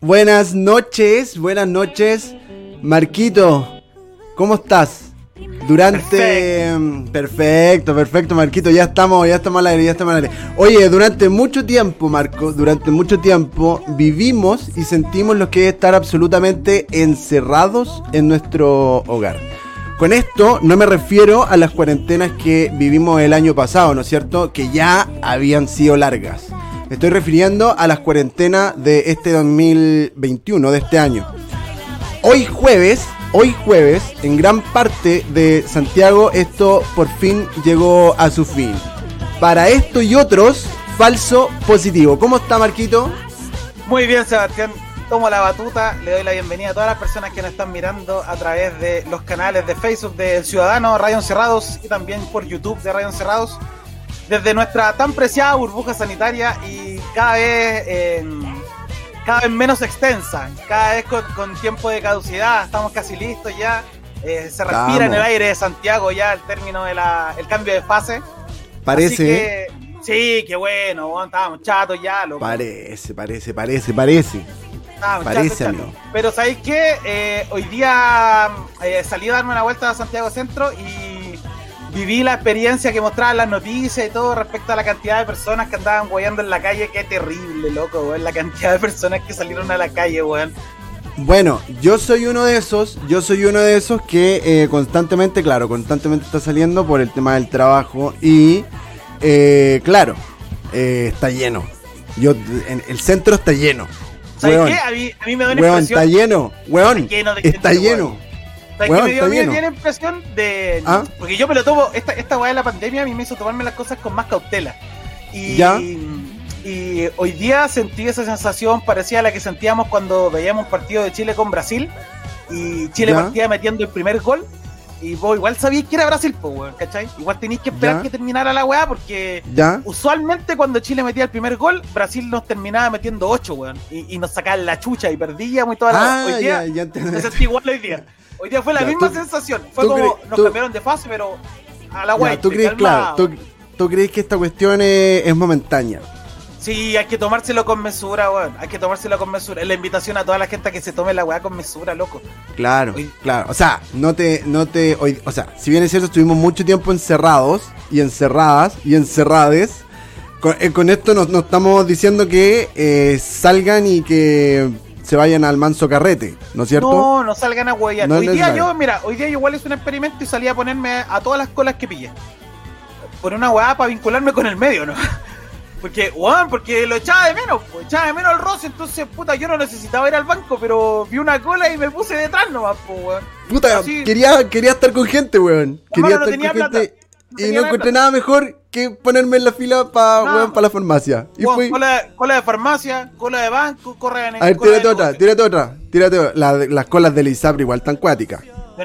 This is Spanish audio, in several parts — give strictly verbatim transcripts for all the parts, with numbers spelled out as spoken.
Buenas noches, buenas noches, Marquito, ¿cómo estás? Durante... Perfecto. perfecto, perfecto, Marquito, ya estamos, ya estamos al aire, ya estamos al aire. Oye, durante mucho tiempo, Marco, durante mucho tiempo vivimos y sentimos lo que es estar absolutamente encerrados en nuestro hogar. Con esto no me refiero a las cuarentenas que vivimos el año pasado, ¿no es cierto? Que ya habían sido largas. Me estoy refiriendo a las cuarentenas de este dos mil veintiuno, de este año. Hoy jueves, hoy jueves, en gran parte de Santiago, esto por fin llegó a su fin. Para esto y otros, falso positivo. ¿Cómo está, Marquito? Muy bien, Sebastián. Tomo la batuta, le doy la bienvenida a todas las personas que nos están mirando a través de los canales de Facebook de El Ciudadano, Radio Encerrados, y también por YouTube de Radio Encerrados. Desde nuestra tan preciada burbuja sanitaria y cada vez eh, cada vez menos extensa, cada vez con, con tiempo de caducidad, estamos casi listos ya, eh, se respira Vamos. en el aire de Santiago ya el término de la, el cambio de fase. Parece. Así que, sí, qué bueno, bueno, estábamos chatos ya. Loco. Parece, parece, parece, parece. Estábamos parece, chatos, chatos. Pero ¿sabéis qué? Eh, hoy día eh, salí a darme una vuelta a Santiago Centro y viví la experiencia que mostraban las noticias y todo respecto a la cantidad de personas que andaban hueando en la calle. Qué terrible, loco, weón, la cantidad de personas que salieron a la calle, weón. Bueno, yo soy uno de esos, yo soy uno de esos que eh, constantemente, claro, constantemente está saliendo por el tema del trabajo y, eh, claro, eh, está lleno. Yo, en, el centro está lleno. ¿Sabes qué? A mí, a mí me da una weón, impresión. Está lleno, weón, está lleno. De está gente, lleno. Weón. ¿Sabes qué me dio bien, bien impresión de... ¿Ah? Porque yo me lo tomo, esta, esta weá de la pandemia a mí me hizo tomarme las cosas con más cautela. Y, ¿Ya? y hoy día sentí esa sensación parecida a la que sentíamos cuando veíamos un partido de Chile con Brasil y Chile ¿Ya? partía metiendo el primer gol y vos igual sabías que era Brasil, pues, weón, ¿cachai? Igual tenías que esperar ¿Ya? que terminara la weá porque ¿Ya? usualmente cuando Chile metía el primer gol, Brasil nos terminaba metiendo ocho, weón, y, y nos sacaban la chucha y perdíamos y toda la... Ah, hoy día ya, ya me sentí igual hoy día. Hoy día fue la ya, misma tú, sensación. Fue como nos tú, cambiaron de fase, pero a la wea. ¿Tú crees, claro, tú, tú crees que esta cuestión es, es momentánea? Sí, hay que tomárselo con mesura, weón. Hay que tomárselo con mesura. Es la invitación a toda la gente a que se tome la weá con mesura, loco. Claro, hoy, claro. O sea, no te, no te. Hoy, o sea, si bien es cierto, estuvimos mucho tiempo encerrados y encerradas y encerrades. Con, eh, con esto no, no estamos diciendo que eh, salgan y que se vayan al manso carrete, ¿no es cierto? No, no salgan a huevear. No hoy día yo, mira, hoy día yo igual hice un experimento y salí a ponerme a todas las colas que pillé. Por una hueá para vincularme con el medio, ¿no? Porque, weón, porque lo echaba de menos, pues, echaba de menos el roce, entonces, puta, yo no necesitaba ir al banco, pero vi una cola y me puse detrás nomás, pues, weón. Puta, Así, quería, quería estar con gente, weón. Quería no estar tenía con plata. gente. No y no encontré nada mejor que ponerme en la fila para no, pa la farmacia. Y bueno, fui... cola, cola de farmacia, cola de banco, corre de A ver, tírate otra, tírate otra, tírate otra. La, las colas del ISAPRE igual tan cuáticas.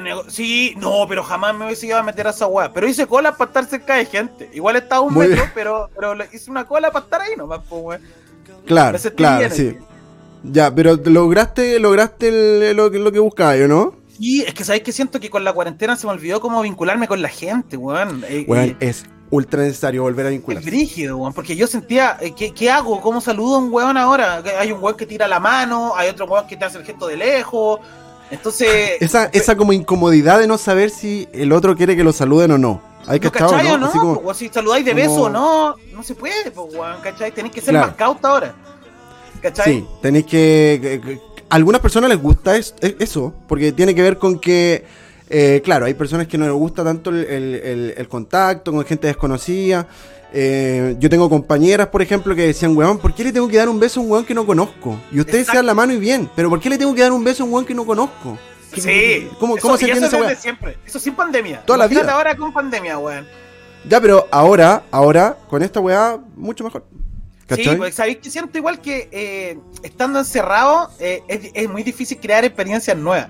Sí, no, pero jamás me hubiese ido a meter a esa weá. Pero hice cola para estar cerca de gente. Igual estaba un Muy metro, bien. pero, pero hice una cola para estar ahí nomás, pues, weón. Claro, claro, bien, sí. Aquí. Ya, pero lograste, lograste el, lo, lo que buscabas, ¿no? Sí, es que sabéis que siento que con la cuarentena se me olvidó cómo vincularme con la gente, weón. Weón, eh, es ultra necesario volver a vincularse. Es brígido, weón, porque yo sentía, eh, ¿qué, ¿qué hago? ¿Cómo saludo a un weón ahora? Hay un weón que tira la mano, hay otro weón que te hace el gesto de lejos. Entonces... Esa, esa como incomodidad de no saber si el otro quiere que lo saluden o no. Hay que ¿No cachai, ¿no? o no? Así como, o si saludáis de beso o como... no, no se puede, pues, weón, ¿cachai? Tenéis que ser claro. más cauta ahora. ¿Cachai? Sí, tenéis que, que, que... A algunas personas les gusta es, es, eso, porque tiene que ver con que, eh, claro, hay personas que no les gusta tanto el, el, el, el contacto con gente desconocida. Eh, yo tengo compañeras, por ejemplo, que decían, weón, ¿por qué le tengo que dar un beso a un weón que no conozco? Y ustedes se dan la mano y bien, pero ¿por qué le tengo que dar un beso a un weón que no conozco? Sí, ¿Cómo, eso, cómo se entiende eso esa weá? Siempre, eso sin pandemia. Toda la vida. Ahora con pandemia, weón. Ya, pero ahora, ahora, con esta weá, mucho mejor. ¿Cachai? Sí, pues sabéis que siento igual que eh, estando encerrado eh, es, es muy difícil crear experiencias nuevas.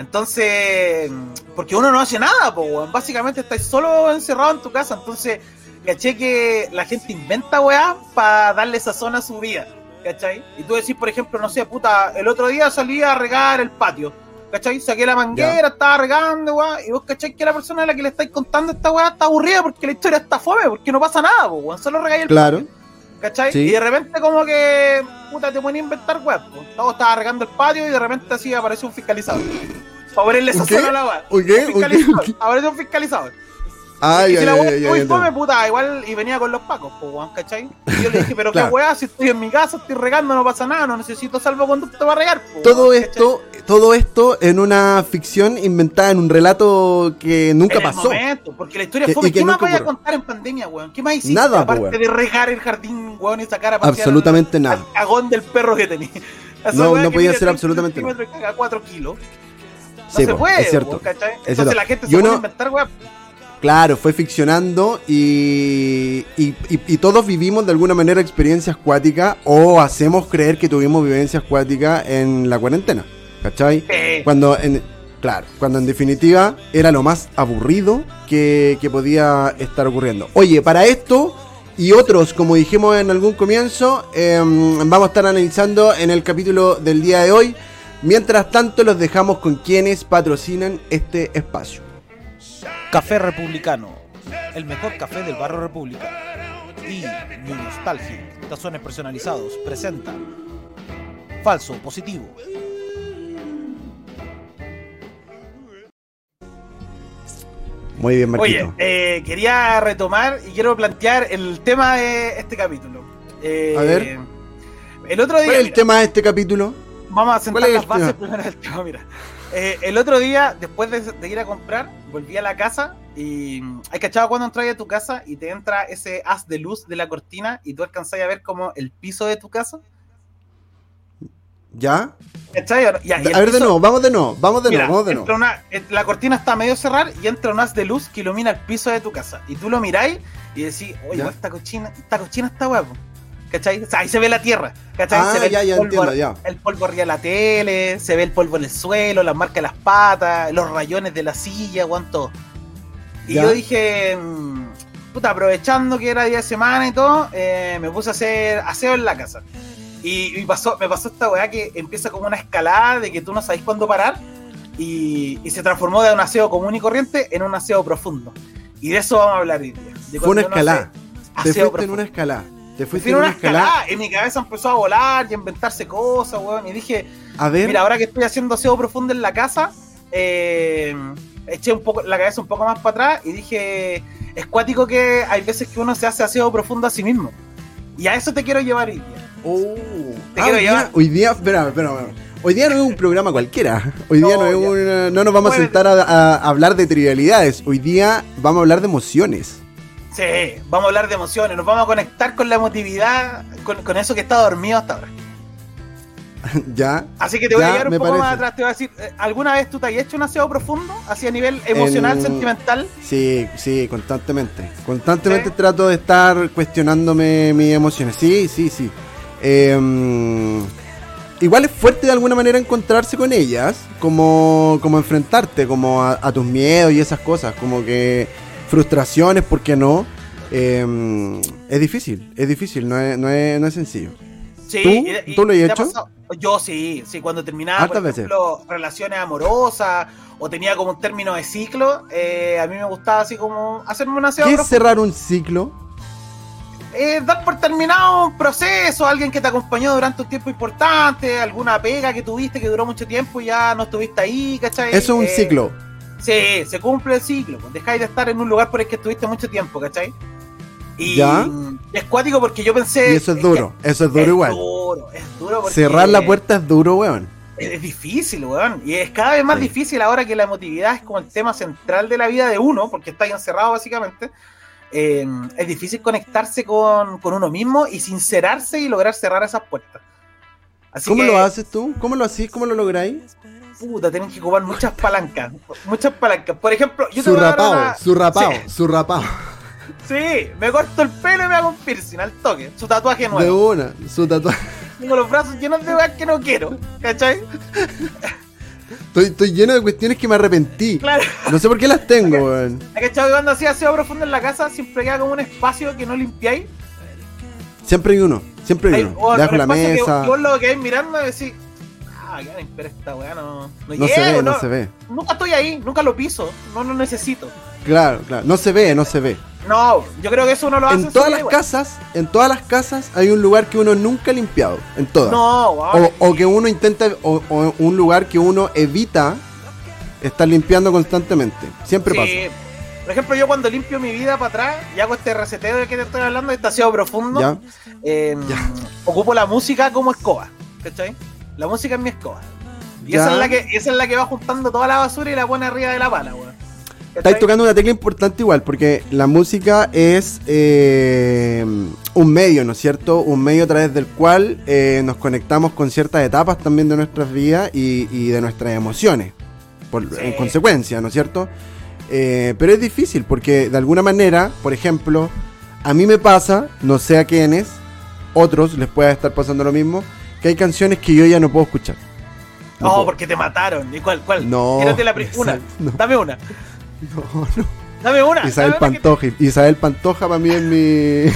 Entonces, porque uno no hace nada, pues, weón. Básicamente estás solo encerrado en tu casa. Entonces, caché que la gente inventa weá para darle sazón a su vida, ¿cachai? Y tú decís, por ejemplo, no sé, puta, el otro día salí a regar el patio, ¿cachai? Saqué la manguera, ya. Estaba regando, weá, y vos, ¿cachai? Que la persona a la que le estáis contando esta weá está aburrida porque la historia está fome, porque no pasa nada, pues, weón. Solo regáis el claro. patio. ¿cachai? Sí. Y de repente como que, puta, te ponen a inventar weas, po. Todo estaba regando el patio y de repente así apareció un fiscalizador. Para ponerle esa zona a la wea. ¿Un qué? Un fiscalizador. ¿Un qué? Apareció un fiscalizador. Ay, y si ay, la wea ay, es muy ay, fome, ay, puta, igual, y venía con los pacos, po, weón, ¿cachai? Y yo le dije, pero Claro. qué wea, si estoy en mi casa, estoy regando, no pasa nada, no necesito salvoconducto para regar, po, Todo weón, esto, todo esto en una ficción inventada en un relato que nunca en el pasó. momento, porque la historia Que- fue, y que ¿qué más nunca vaya a ocurrió. contar en pandemia, weón? ¿Qué más hiciste? Nada, po, aparte weón. de regar el jardín, weón, y sacar a pasear Absolutamente al, nada. al cagón del perro que tenía. Esa No, weá no que podía mide ser treinta absolutamente nada. centímetros y caga cuatro kilos. No Sí, se po, puede, es cierto. weón, ¿cachai? Es Entonces cierto. la gente Y se uno- pone a inventar, weón. Claro, fue ficcionando y, y, y- y todos vivimos de alguna manera experiencias cuáticas o hacemos creer que tuvimos vivencias cuáticas en la cuarentena, ¿cachai? Sí. Cuando en, claro, cuando en definitiva era lo más aburrido que, que podía estar ocurriendo. Oye, para esto y otros, como dijimos en algún comienzo, eh, vamos a estar analizando en el capítulo del día de hoy. Mientras tanto, los dejamos con quienes patrocinan este espacio. Café Republicano, el mejor café del barrio República. Y New Nostalgic, tazones personalizados, presenta Falso Positivo. Muy bien, Marquito. Oye, eh, quería retomar y quiero plantear el tema de este capítulo. Eh, A ver. El otro día. ¿Cuál es el mira, tema de este capítulo? Vamos a sentar ¿Cuál es las el bases tema? primero del tema, mira. Eh, el otro día, después de, de ir a comprar, volví a la casa y hay cachado cuando entras a tu casa y te entra ese haz de luz de la cortina y tú alcanzás a ver como el piso de tu casa. ¿Ya? ¿Cachai? Ya, y el A ver, de piso- nuevo, vamos de nuevo, vamos de Mira, nuevo, vamos de entra nuevo. una- eh, la cortina está a medio cerrar y entra un haz de luz que ilumina el piso de tu casa. Y tú lo miráis y decís, oye, ¿Ya? esta cochina, esta cochina está huevo. ¿Cachai? O sea, ahí se ve la tierra. ¿Cachai? Ah, se ve ya, el ya polvo, entiendo, ya. el polvo arriba de la tele, se ve el polvo en el suelo, las marcas de las patas, los rayones de la silla, cuánto. Y Ya. yo dije, mm, puta, aprovechando que era día de semana y todo, eh, me puse a hacer aseo en la casa. Y, y pasó, me pasó esta weá que empieza como una escalada de que tú no sabes cuándo parar y, y se transformó de un aseo común y corriente en un aseo profundo. Y de eso vamos a hablar hoy día. De Fue una cuando uno escalada. hace Te aseo fuiste en profundo. una escalada. Te Fui fuiste en en una una escalada. escalada y mi cabeza empezó a volar y a inventarse cosas, weón. Y dije, A ver, mira, ahora que estoy haciendo aseo profundo en la casa, eh, eché un poco la cabeza un poco más para atrás y dije, es cuático que hay veces que uno se hace aseo profundo a sí mismo. Y a eso te quiero llevar hoy día. Oh. Te Ah, quiero hoy, llevar. día, hoy día, espera, espera, espera. Hoy día no es un programa cualquiera. Hoy día no, No, es ya. un, no nos vamos a Bueno. sentar a, a hablar de trivialidades. Hoy día vamos a hablar de emociones. Sí, vamos a hablar de emociones, nos vamos a conectar con la emotividad, con, con eso que está dormido hasta ahora. ¿Ya? Así que te voy Ya, a llevar un me poco parece. más atrás, te voy a decir, eh, ¿alguna vez tú te has hecho un aseo profundo? Así a nivel emocional, En- sentimental. Sí, sí, constantemente. Constantemente ¿Sí? trato de estar cuestionándome mis emociones. Sí, sí, sí. Eh, igual es fuerte de alguna manera encontrarse con ellas, como, como enfrentarte como a, a tus miedos y esas cosas, como que frustraciones, ¿por qué no? Eh, es difícil, es difícil, no es, no es, no es sencillo. Sí, ¿Tú? y- y- ¿Tú lo has ¿te ha hecho? pasado? Yo sí, sí, cuando terminaba, por Hartas veces. ejemplo, relaciones amorosas o tenía como un término de ciclo, eh, a mí me gustaba así como hacerme un aseo ¿Qué es profundo. cerrar un ciclo? Eh, dar por terminado un proceso, alguien que te acompañó durante un tiempo importante, alguna pega que tuviste que duró mucho tiempo y ya no estuviste ahí, ¿cachai? Eso es un Eh, ciclo. Sí, se cumple el ciclo, pues dejáis de estar en un lugar por el que estuviste mucho tiempo, ¿cachai? Y Ya. es cuático porque yo pensé... Y eso es duro, eso es duro es igual. duro, es duro porque... Cerrar la puerta es duro, weón. Es, es difícil, weón. Y es cada vez más Sí. difícil ahora que la emotividad es como el tema central de la vida de uno, porque está ahí encerrado básicamente. Eh, es difícil conectarse con, con uno mismo y sincerarse y lograr cerrar esas puertas. Así ¿Cómo que, lo haces tú? ¿Cómo lo haces? ¿Cómo lo lográis? puta, tienen que ocupar muchas palancas. Muchas palancas. Por ejemplo, yo te voy a dar Surrapao, una- surrapao, Sí, surrapao. sí, me corto el pelo y me hago un piercing al toque. Su tatuaje De nuevo. una, su tatuaje. Tengo los brazos llenos de weas que no quiero. ¿Cachai? Estoy, estoy lleno de cuestiones que me arrepentí. Claro. No sé por qué las tengo, weón. ¿Has cachado que cuando hacía aseo profundo en la casa siempre queda como un espacio que no limpiáis? Siempre hay uno, siempre hay Hay- uno. o Debajo un la espacio que mesa. vos lo quedáis mirando y decís, ah, qué pero esta weá no, no, No llego, se ve, no se ve. Nunca estoy ahí, nunca lo piso, no lo necesito. Claro, claro. No se ve, no se ve. No, yo creo que eso uno lo hace en todas las igual. casas, en todas las casas hay un lugar que uno nunca ha limpiado, en todas. No, wow. o, o que uno intenta, o, o un lugar que uno evita estar limpiando constantemente. Siempre sí. pasa. Por ejemplo, yo cuando limpio mi vida para atrás y hago este reseteo de que te estoy hablando, este aseo profundo, ¿Ya? Eh, ¿Ya? ocupo la música como escoba, ¿cachai? La música es mi escoba. Y esa es, la que, esa es la que va juntando toda la basura y la pone arriba de la pala, weón. Estáis tocando una tecla importante igual, porque la música es eh, un medio, ¿no es cierto? Un medio a través del cual eh, nos conectamos con ciertas etapas también de nuestras vidas y, y de nuestras emociones, por, sí. en consecuencia, ¿no es cierto? Eh, pero es difícil, porque de alguna manera, por ejemplo, a mí me pasa, no sé a quiénes, otros les puede estar pasando lo mismo, que hay canciones que yo ya no puedo escuchar. No, no puedo. Porque te mataron. ¿Y cuál? ¿Cuál? No. Tírate la pri- una. No. Dame una. No, no. Dame una. Isabel dame Pantoja. Una que... Isabel Pantoja para mí es mi...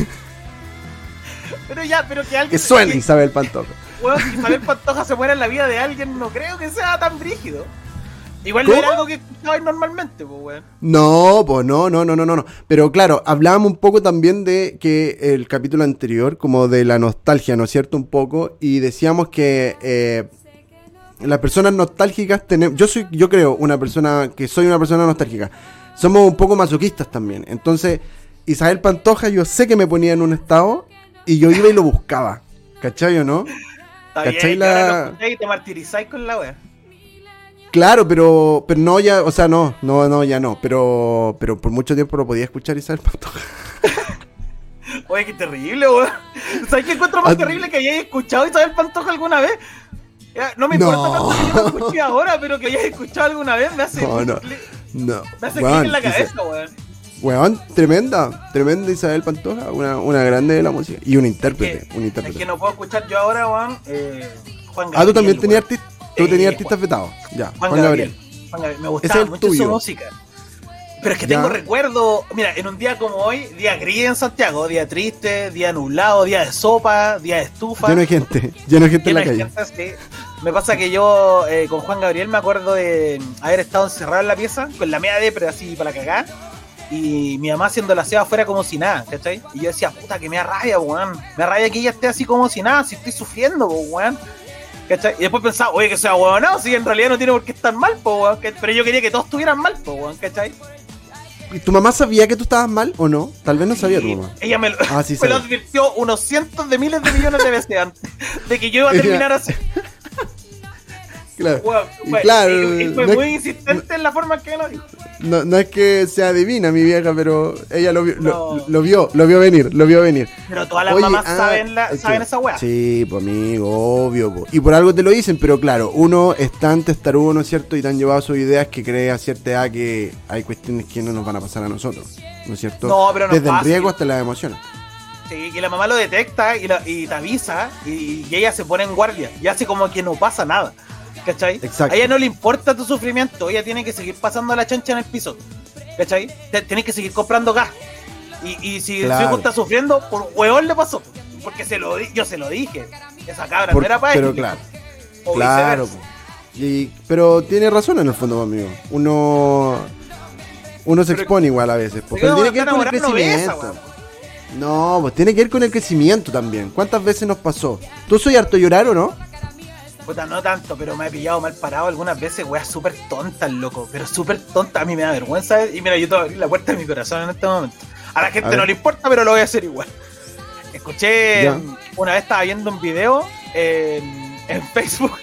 Pero ya, pero que alguien... Que suene que... Isabel Pantoja. Bueno, si Isabel Pantoja se muera en la vida de alguien, no creo que sea tan brígido. Igual no era algo que escuchabais normalmente, pues, weón. No, pues no, no, no, no, no. Pero claro, hablábamos un poco también de que el capítulo anterior, como de la nostalgia, ¿no es cierto? Un poco. Y decíamos que... Eh, las personas nostálgicas tenemos, yo soy, yo creo, una persona que soy una persona nostálgica. Somos un poco masoquistas también. Entonces, Isabel Pantoja, yo sé que me ponía en un estado y yo iba y lo buscaba. ¿Cachai o no? Está ¿Cachai bien, la? Y te martirizáis con la wea. Claro, pero, pero no ya, o sea, no, no, no, ya no. Pero, pero por mucho tiempo lo podía escuchar Isabel Pantoja. Oye, qué terrible, weón. ¿Sabes qué encuentro más terrible que hayáis escuchado Isabel Pantoja alguna vez? No me importa no. tanto que yo lo escuché ahora, pero que hayas escuchado alguna vez me hace no, no, clic, no. Me hace clic en la cabeza, weón. Weón, tremenda, tremenda Isabel Pantoja, una, una grande de la música. Y un intérprete, es que, un intérprete. Es que no puedo escuchar yo ahora, weón, eh, Juan Gabriel. Ah, tú también tenías artistas, tú eh, tenías artistas vetados. Ya, Juan, Juan Gabriel. Gabriel. Juan Gabriel. Me gustaba mucho tuyo. Su música. Pero es que tengo ¿Ya? recuerdo, mira, en un día como hoy, día gris en Santiago, día triste, día nublado, día de sopa, día de estufa. Lleno de gente, lleno de gente en la calle. Gente, sí. Me pasa que yo eh, con Juan Gabriel me acuerdo de haber estado encerrado en la pieza, con la media depre así para cagar, y mi mamá haciendo la aseo afuera como si nada, ¿cachai? Y yo decía, puta, que me da rabia, weón. Me da rabia que ella esté así como si nada, si estoy sufriendo, weón. ¿Cachai? Y después pensaba, oye, que sea weón, no, si en realidad no tiene por qué estar mal, po, weón. Pero yo quería que todos estuvieran mal, po, weón, ¿cachai? ¿Y tu mamá sabía que tú estabas mal o no? Tal vez no sabía sí, tu mamá. Ella me lo, ah, sí me lo advirtió unos cientos de miles de millones de veces antes de que yo iba a terminar así. Claro. Bueno, bueno, claro, y, y fue no muy es, insistente no, en la forma en que lo dijo. No, no es que sea divina mi vieja, pero ella lo vio, no. lo, lo vio, lo vio venir, lo vio venir. Pero todas las Oye, mamás ah, saben, la, saben esa weá. Sí, pues amigo, obvio. Po. Y por algo te lo dicen, pero claro, uno está antes tarugo, ¿no es cierto? Y te han llevado sus ideas que cree a cierta edad que hay cuestiones que no nos van a pasar a nosotros, ¿no es cierto? No, pero no Desde es el riesgo hasta las emociones. Sí, y la mamá lo detecta y, la, y te avisa y, y ella se pone en guardia y hace como que no pasa nada. ¿Cachai? Exacto. A ella no le importa tu sufrimiento, ella tiene que seguir pasando la chancha en el piso. ¿Cachai? Tienes que seguir comprando gas. Y, y si claro. su hijo está sufriendo, por huevón le pasó. Porque se lo di, yo se lo dije. Esa cabra por, no era para pero él. Claro, o claro. Y, pero tiene razón en el fondo, amigo. Uno uno se pero, expone igual a veces. Porque tiene que ver con el crecimiento. No, pues tiene que ver con el crecimiento también. ¿Cuántas veces nos pasó? ¿Tú soy harto llorar o no? Puta, no tanto, pero me he pillado mal parado algunas veces, weas súper tontas, loco. Pero súper tontas, a mí me da vergüenza. Y mira, yo te voy a abrir la puerta de mi corazón en este momento. A la gente a no le importa, pero lo voy a hacer igual. Escuché, ya. Una vez estaba viendo un video en, en Facebook.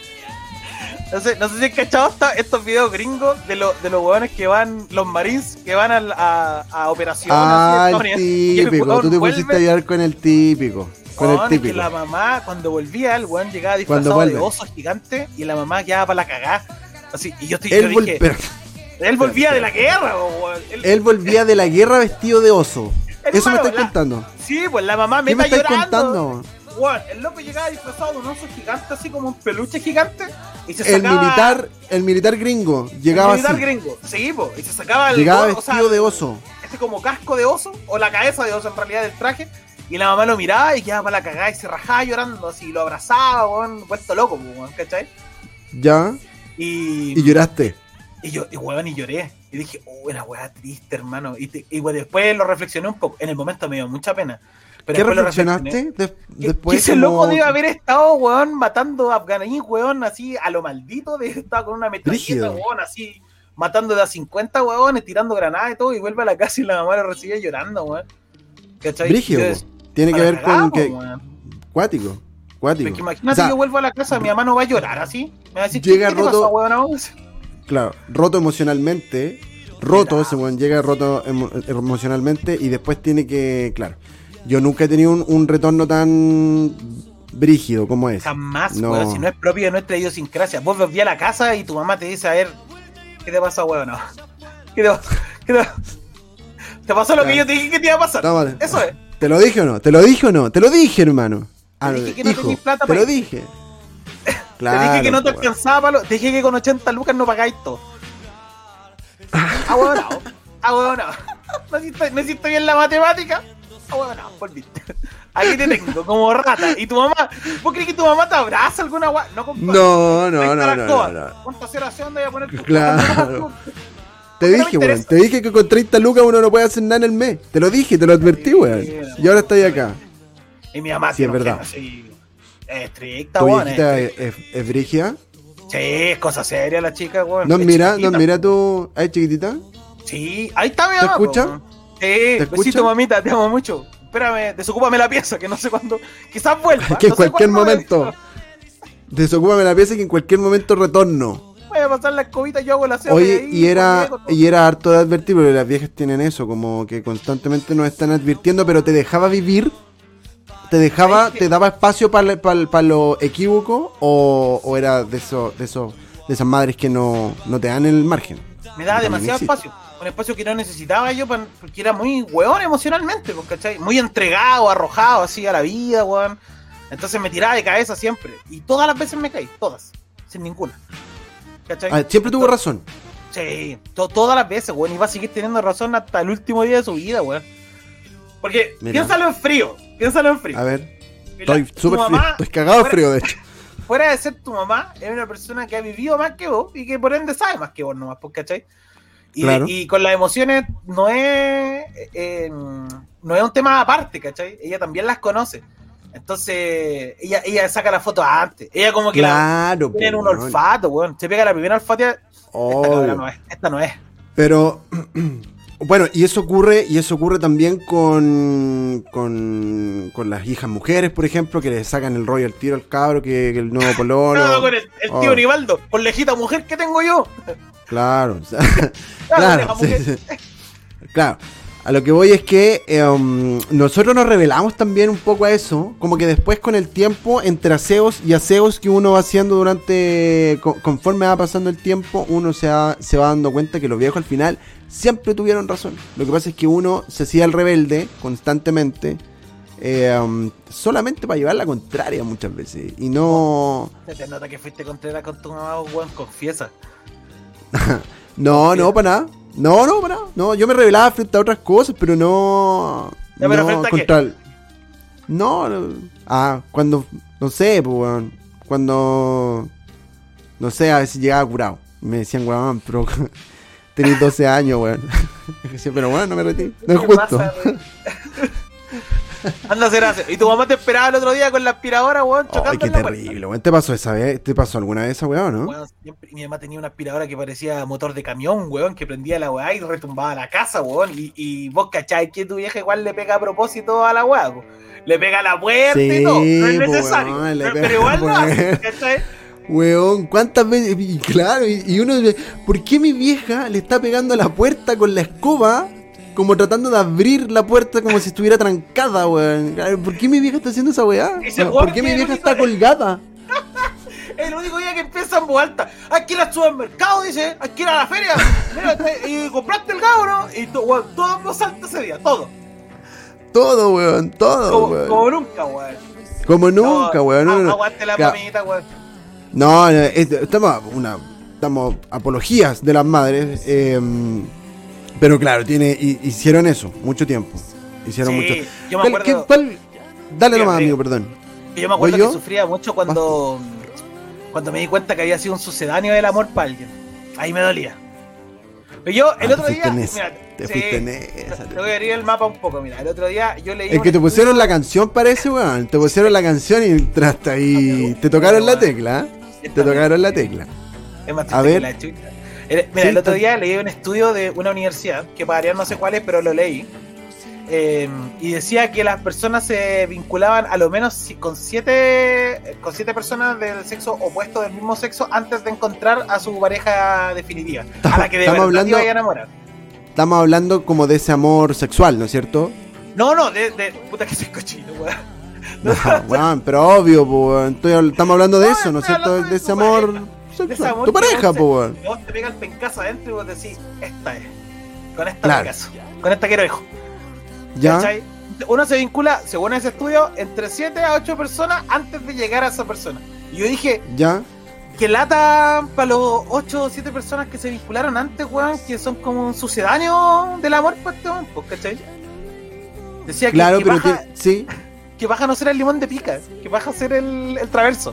No sé, no sé si has cachado estos videos gringos de, lo, de los huevones que van, los marines que van a, a, a operaciones. Ah, el típico, tú te vuelve, pusiste a llevar con el típico. Con el típico. Que la mamá, cuando volvía, el weón llegaba disfrazado de oso gigante y la mamá quedaba para la cagá. Así, y yo, estoy, él yo dije, pero, él volvía pero, de la guerra, weón. Él, él volvía de la guerra vestido de oso. Hermano, eso me estás la, contando. Sí, pues la mamá me está está llorando. Contando? Weón, el loco llegaba disfrazado de un oso gigante, así como un peluche gigante. Y se el sacaba, militar, el militar gringo, llegaba el militar así. gringo, sí, po, y se sacaba el llegaba gorro, vestido o sea, de oso. Ese como casco de oso, o la cabeza de oso en realidad del traje. Y la mamá lo miraba y quedaba para la cagada y se rajaba llorando, así, lo abrazaba, weón, puesto loco, weón, ¿cachai? Ya. Y... Y lloraste. Y yo, y weón, y lloré. Y dije, oh, una weá triste, hermano. Y, te, y bueno, después lo reflexioné un poco. En el momento me dio mucha pena. Pero ¿Qué reflexionaste? De, después que ese como... loco debe haber estado, weón, matando a Afganistán, weón, así a lo maldito. De estaba con una metralleta, weón, así, matando de a cincuenta, weón, tirando granadas y todo. Y vuelve a la casa y la mamá lo recibe llorando, weón. ¿Cachai? Brígido, Entonces, tiene que ver cagado, con que... Weón. Cuático. Cuático. Imagínate, o sea, yo vuelvo a la casa, mi mamá no va a llorar así. Me va a decir, llega ¿qué, qué roto, te pasó, weón? Claro, roto emocionalmente. Roto, ese weón llega roto emo emocionalmente y después tiene que, claro. Yo nunca he tenido un, un retorno tan brígido como es. Jamás, no. Weón, si no es propio de nuestra idiosincrasia. Vos volví a la casa y tu mamá te dice, a ver, ¿qué te pasa, weón? No. ¿Qué te pasa? ¿Qué te, ¿Te pasó lo claro. que yo te dije que te iba a pasar? No, vale. Eso es. ¿Te lo dije o no? ¿Te lo dije o no? Te lo dije, hermano. Te dije que no hijo, tenías plata te lo dije. Claro, te dije que no te alcanzaba para lo... Te dije que con ochenta lucas no pagáis todo. Ah, weón, no. Ah, weón, no. ¿No hiciste, ¿No hiciste bien la matemática? Ah, weón, no. Volviste. Aquí te tengo, como rata. Y tu mamá... ¿Vos crees que tu mamá te abraza alguna guay? No, compadre. No, no, no, no, no, no. ¿Cuánta ceración te voy a poner tu... Claro. Te dije, no weón. Te dije que con treinta lucas uno no puede hacer nada en el mes. Te lo dije, te lo advertí, weón. Y ahora estoy acá. Y mi mamá... Sí, es verdad. Así, es estricta, ¿Tu weón. hijita es, es, es brígida? Sí, es cosa seria la chica, weón. ¿Nos mira, nos mira tú? ¿Ahí chiquitita? Sí, ahí está mi mamá. ¿Te escucha? Po. Sí, besito, mamita, te amo mucho. Espérame, desocúpame la pieza, que no sé cuándo. Quizás vuelva. Que en no cualquier momento. Desocúpame la pieza que en cualquier momento retorno. Voy a pasar la escobita, yo hago la cena. Oye, y, y era y era harto de advertir, porque las viejas tienen eso, como que constantemente nos están advirtiendo, pero te dejaba vivir, te dejaba, te daba espacio para pa, pa lo equívoco, o, o era de eso, de eso, de esas madres que no, no te dan el margen. Me daba demasiado espacio, un espacio que no necesitaba yo, porque era muy weón emocionalmente, ¿cachai? Muy entregado, arrojado así a la vida, weón. Entonces me tiraba de cabeza siempre, y todas las veces me caí, todas, sin ninguna. ¿Cachai? Ah, siempre tuvo razón. Sí, to todas las veces, weón, y va a seguir teniendo razón hasta el último día de su vida, weón. Porque, mira, piénsalo en frío, piénsalo en frío. A ver, estoy súper frío, estoy cagado de frío, de hecho. Fuera de ser tu mamá, es una persona que ha vivido más que vos y que por ende sabe más que vos nomás, ¿cachai? Y, claro. y con las emociones no es eh, no es un tema aparte, ¿cachai? Ella también las conoce. Entonces, ella, ella saca la foto antes. Ella como que claro, la, tiene un olfato, weón. Se pega la primera olfatia. Oh. Esta no es, esta no es. Pero, bueno, y eso ocurre, y eso ocurre también con, con, con las hijas mujeres, por ejemplo, que le sacan el rollo al tiro al cabro, que, que el nuevo pololo. No, con el, el tío oh. Nivaldo, con lejita mujer que tengo yo. Claro, o sea, claro, sí, sí. Claro. A lo que voy es que eh, um, nosotros nos revelamos también un poco a eso, como que después con el tiempo, entre aseos y aseos que uno va haciendo durante, co conforme va pasando el tiempo, uno se va, se va dando cuenta que los viejos al final siempre tuvieron razón. Lo que pasa es que uno se hacía el rebelde constantemente, eh, um, solamente para llevar la contraria muchas veces, y no... Se te nota que fuiste contraria con tu mamá, weón, confiesa. no, confiesa. No, para nada. No, no, para no, yo me rebelaba frente a otras cosas, pero no. No, pero frente a contra el... no, no. Ah, cuando. No sé, pues, weón. Cuando. No sé, a veces llegaba curado. Me decían, weón, pero. Tenís doce años, weón. Pero bueno, no me retiro. No es justo. Pasa, anda a hacer eso. Y tu mamá te esperaba el otro día con la aspiradora, weón, chocando. Ay, qué terrible, weón. ¿Te pasó esa vez? ¿Te pasó alguna vez esa weón, no? Weón, siempre, mi mamá tenía una aspiradora que parecía motor de camión, weón, que prendía la weá y retumbaba la casa, weón. Y, y vos cacháis que tu vieja igual le pega a propósito a la weá, weón. Le pega a la puerta sí, y todo. No es necesario. Weón, pero, pero igual lo hace, ¿cachai? Weón, ¿cuántas veces? Y claro, y, y uno dice, ¿por qué mi vieja le está pegando a la puerta con la escoba? Como tratando de abrir la puerta como si estuviera trancada, weón. ¿Por qué mi vieja está haciendo esa weá? ¿Por qué mi vieja está colgada? El único día que empieza en voz alta. Hay que ir al supermercado, dice. Hay que ir a la feria. Mira, y compraste el cabro. Y to, weón, todo en voz alta ese día, todo. Todo, weón, todo, como, weón. Como nunca, weón. Como nunca, no, weón. No, no, aguante la claro. mamita, weón. No, no es, estamos, una, estamos apologías de las madres. Eh, Pero claro, tiene, hicieron eso mucho tiempo. Hicieron sí, mucho. Yo me acuerdo, ¿Qué, cuál? Dale nomás, amigo, perdón. Yo me acuerdo que yo? sufría mucho cuando, cuando me di cuenta que había sido un sucedáneo del amor para alguien. Ahí me dolía. Pero yo el ah, otro día, mira, te sí, fuiste en esa. Te voy a abrir el mapa un poco, mira, el otro día yo leí... Es que te pusieron la canción, parece, weón. Te pusieron la canción y entraste ahí. Te tocaron la tecla, ¿eh? Te tocaron la tecla. Es más a ver. La chucha. Mira, sí, el otro día leí un estudio de una universidad, que para variar no sé cuál es, pero lo leí. Eh, y decía que las personas se vinculaban a lo menos con siete, con siete personas del sexo opuesto, del mismo sexo, antes de encontrar a su pareja definitiva, a la que de verdad hablando, te iba a enamorar. Estamos hablando como de ese amor sexual, ¿no es cierto? No, no, de, de puta que soy cochino, weón. No, weón, pero obvio, pues, estamos hablando de no, eso, ¿no es cierto? De ese amor sexual. De ese amor tu pareja, pues, weón. Vos te pega el pencazo adentro y vos decís, esta es, con esta claro. me caso, con esta quiero hijo. ¿Ya? ¿Cachai? Uno se vincula, según ese estudio, entre siete a ocho personas antes de llegar a esa persona. Y yo dije, ¿ya? Que lata para los ocho o siete personas que se vincularon antes, weón, que son como un sucedáneo del amor, pues, ¿cachai? Decía que, claro, que pero baja, que, sí. que baja no ser el limón de pica, que baja a ser el, el traverso.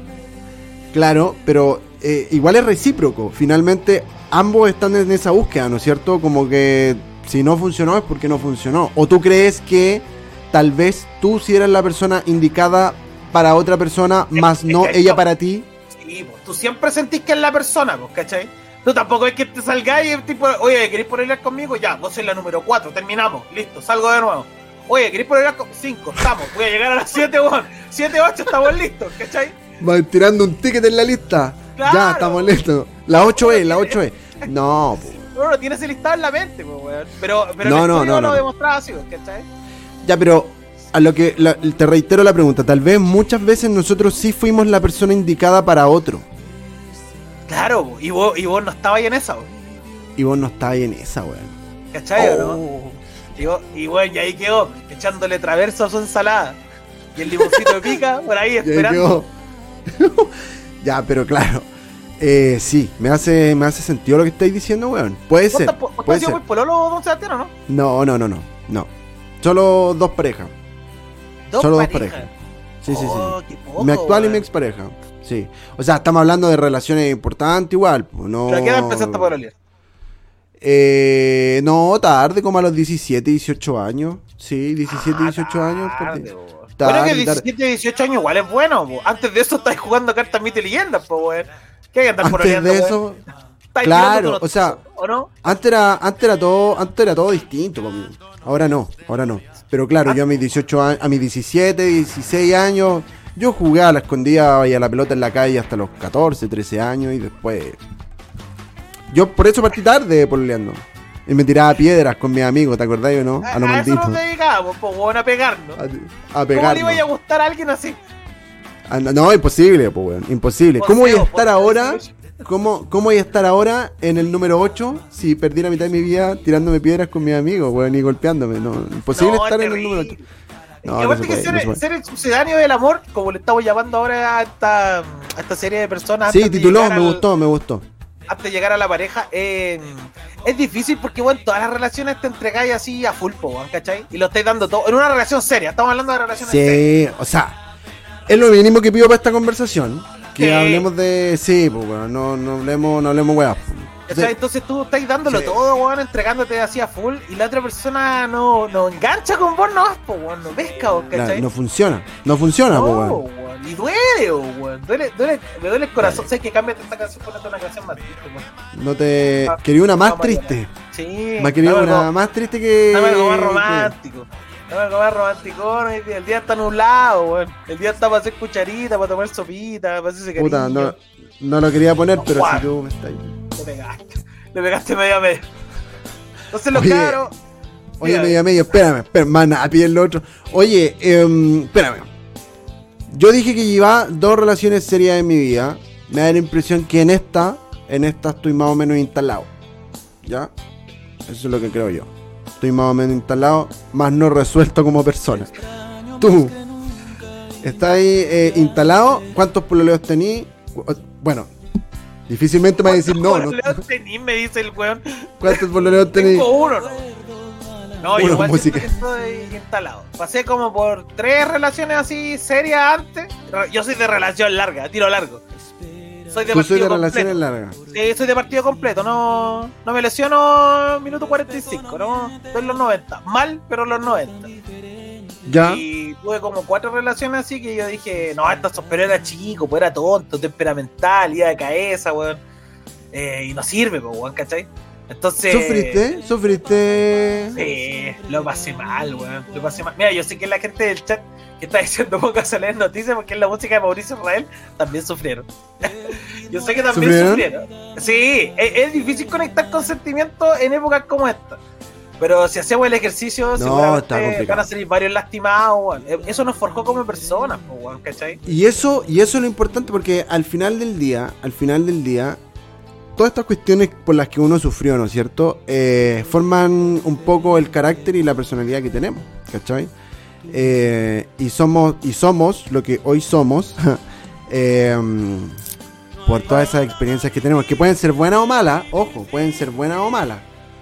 Claro, pero eh, igual es recíproco. Finalmente, ambos están en esa búsqueda, ¿no es cierto? Como que si no funcionó es porque no funcionó. ¿O tú crees que tal vez tú si eras la persona indicada para otra persona, es, más es no ella para ti? Sí, pues, tú siempre sentís que es la persona, pues, ¿cachai? Tú tampoco es que te salgáis y tipo, oye, ¿queréis ponerle conmigo? Ya, vos sois la número cuatro, terminamos, listo, salgo de nuevo. Oye, ¿queréis ponerle con cinco? Estamos, voy a llegar a las siete, weón. siete, ocho, estamos listos, ¿cachai? Van tirando un ticket en la lista. Claro. Ya, estamos listos. La ocho E, la ocho E. No, pues. No, no tienes el listado en la mente, pues, weón. Pero, pero no, el no, no, lo no. demostraba así, ¿cachai? Ya, pero a lo que la, te reitero la pregunta. Tal vez muchas veces nosotros sí fuimos la persona indicada para otro. Claro, y vos, y vos no estabas ahí en esa, weón. Y vos no estabas ahí en esa, weón. ¿Cachai, oh. no? Y, vos, y bueno, y ahí quedó, echándole traverso a su ensalada. Y el limoncito de pica, por ahí esperando. Ya, pero claro. Eh, sí, me hace, me hace sentido lo que estáis diciendo, weón. Puede ser. ¿Vos estás sido muy pololo, don Sebastián, o no? No, no, no, no. No. Solo dos parejas. ¿Dos Solo parejas? dos parejas. Sí, sí, oh, sí. Poco, mi actual weón. y mi expareja. Sí. O sea, estamos hablando de relaciones importantes igual. No... ¿Pero a qué edad empezaste a pololear? Eh, no, tarde, como a los diecisiete, dieciocho años. Sí, diecisiete, dieciocho ah, años. Tarde, tarde, bueno, que diecisiete, dieciocho años igual es bueno, po. Antes de eso estáis jugando cartas mito y leyendas, pues, weón. ¿Qué hay que andar pololeando? Antes de eso, claro, o sea, ¿o no? Antes era, antes era todo, antes era todo distinto conmigo. Ahora no, ahora no. Pero claro, yo a mis dieciocho años, a mis diecisiete, dieciséis años, yo jugué a la escondida y a la pelota en la calle hasta los catorce, trece años y después. Yo por eso partí tarde pololeando. Y me tiraba piedras con mis amigos, ¿te acordás o no? A, a lo a maldito. eso nos dedicábamos, pues, weón, a pegarnos. A, a pegarnos. ¿Cómo le iba a gustar a alguien así? Ah, no, no, imposible, pues, weón, imposible. Por ¿Cómo feo, voy a estar por ahora? feo. ¿Cómo, ¿Cómo voy a estar ahora en el número ocho si perdí la mitad de mi vida tirándome piedras con mis amigos, weón, y golpeándome? No, imposible no, estar es en el número ocho. No, y aparte no que puede, ser, no ser el sucedáneo del amor, como le estamos llamando ahora a esta, a esta serie de personas. Sí, tituló, me al, gustó, me gustó. Antes de llegar a la pareja, eh, es difícil porque, bueno, todas las relaciones te entregáis así a full, po, ¿cachai? Y lo estáis dando todo, en una relación seria, estamos hablando de relaciones sí, serias. Sí, o sea, es lo mínimo que pido para esta conversación. Que sí. Hablemos de. Sí, pues, bueno, no, no hablemos, no hablemos weá. Sí. Entonces tú estás dándolo sí. todo, weón, entregándote así a full, y la otra persona no, no engancha con vos, no, po, weón, no pesca, ¿cachai? No, no funciona, no funciona, no, po, weón. weón. Y duele, weón, duele, duele, me duele el corazón. Sé que cámbiate esta canción, ponete una canción más triste, weón. No te. Ah, quería una más triste. Sí. Me quería una algo, más triste que. Dame algo más romántico. Dame algo más romántico. No, el día está nublado, weón. El día está para hacer cucharita, para tomar sopita, para hacerse cariño. Puta, no, no lo quería poner, pero Juan, si tú me estás. Le pegaste. Le pegaste medio a medio. Entonces los oye, cabros. Oye, dígame. medio a medio, espérame, espérame, mana, a pie el otro. Oye, eh, espérame. Yo dije que llevaba dos relaciones serias en mi vida. Me da la impresión que en esta, en esta estoy más o menos instalado. ¿Ya? Eso es lo que creo yo. Estoy más o menos instalado, más no resuelto como persona. Tú, ¿estás ahí eh, instalado? ¿Cuántos pololeos tenís? Bueno, difícilmente me va a decir no. ¿Cuántos pololeos no... tenís? Me dice el weón. ¿Cuántos pololeos tenís? Tengo uno, ¿no? No, uno, yo igual música. estoy instalado. Pasé como por tres relaciones así serias antes. Yo soy de relación larga, tiro largo. Soy de Tú soy de completo. relaciones largas. Sí, soy de partido completo. No, no me lesiono minuto cuarenta y cinco, ¿no? Estoy en los noventa. Mal, pero en los noventa. Ya. Y tuve como cuatro relaciones así que yo dije, no, esto pero era chico, pues era tonto, temperamental, iba de cabeza, weón. Eh, y no sirve, pues, weón, ¿cachai? Entonces. ¿Sufriste? ¿Sufriste? Sí, lo pasé mal, weón. Lo pasé mal. Mira, yo sé que la gente del chat que está diciendo pocas a leer noticias porque es la música de Mauricio Israel, también sufrieron. Yo sé que también ¿Sufrieron? sufrieron. Sí, es, es difícil conectar con sentimientos en épocas como esta. Pero si hacemos el ejercicio, no, seguramente van a salir varios lastimados, weón. Eso nos forjó como personas, weón, ¿cachai? Y eso, y eso es lo importante porque al final del día, al final del día, todas estas cuestiones por las que uno sufrió, ¿no es cierto? Eh, forman un poco el carácter y la personalidad que tenemos, ¿cachai? Eh, y somos, y somos lo que hoy somos, eh, por todas esas experiencias que tenemos, que pueden ser buenas o malas, ojo, pueden ser buenas o malas.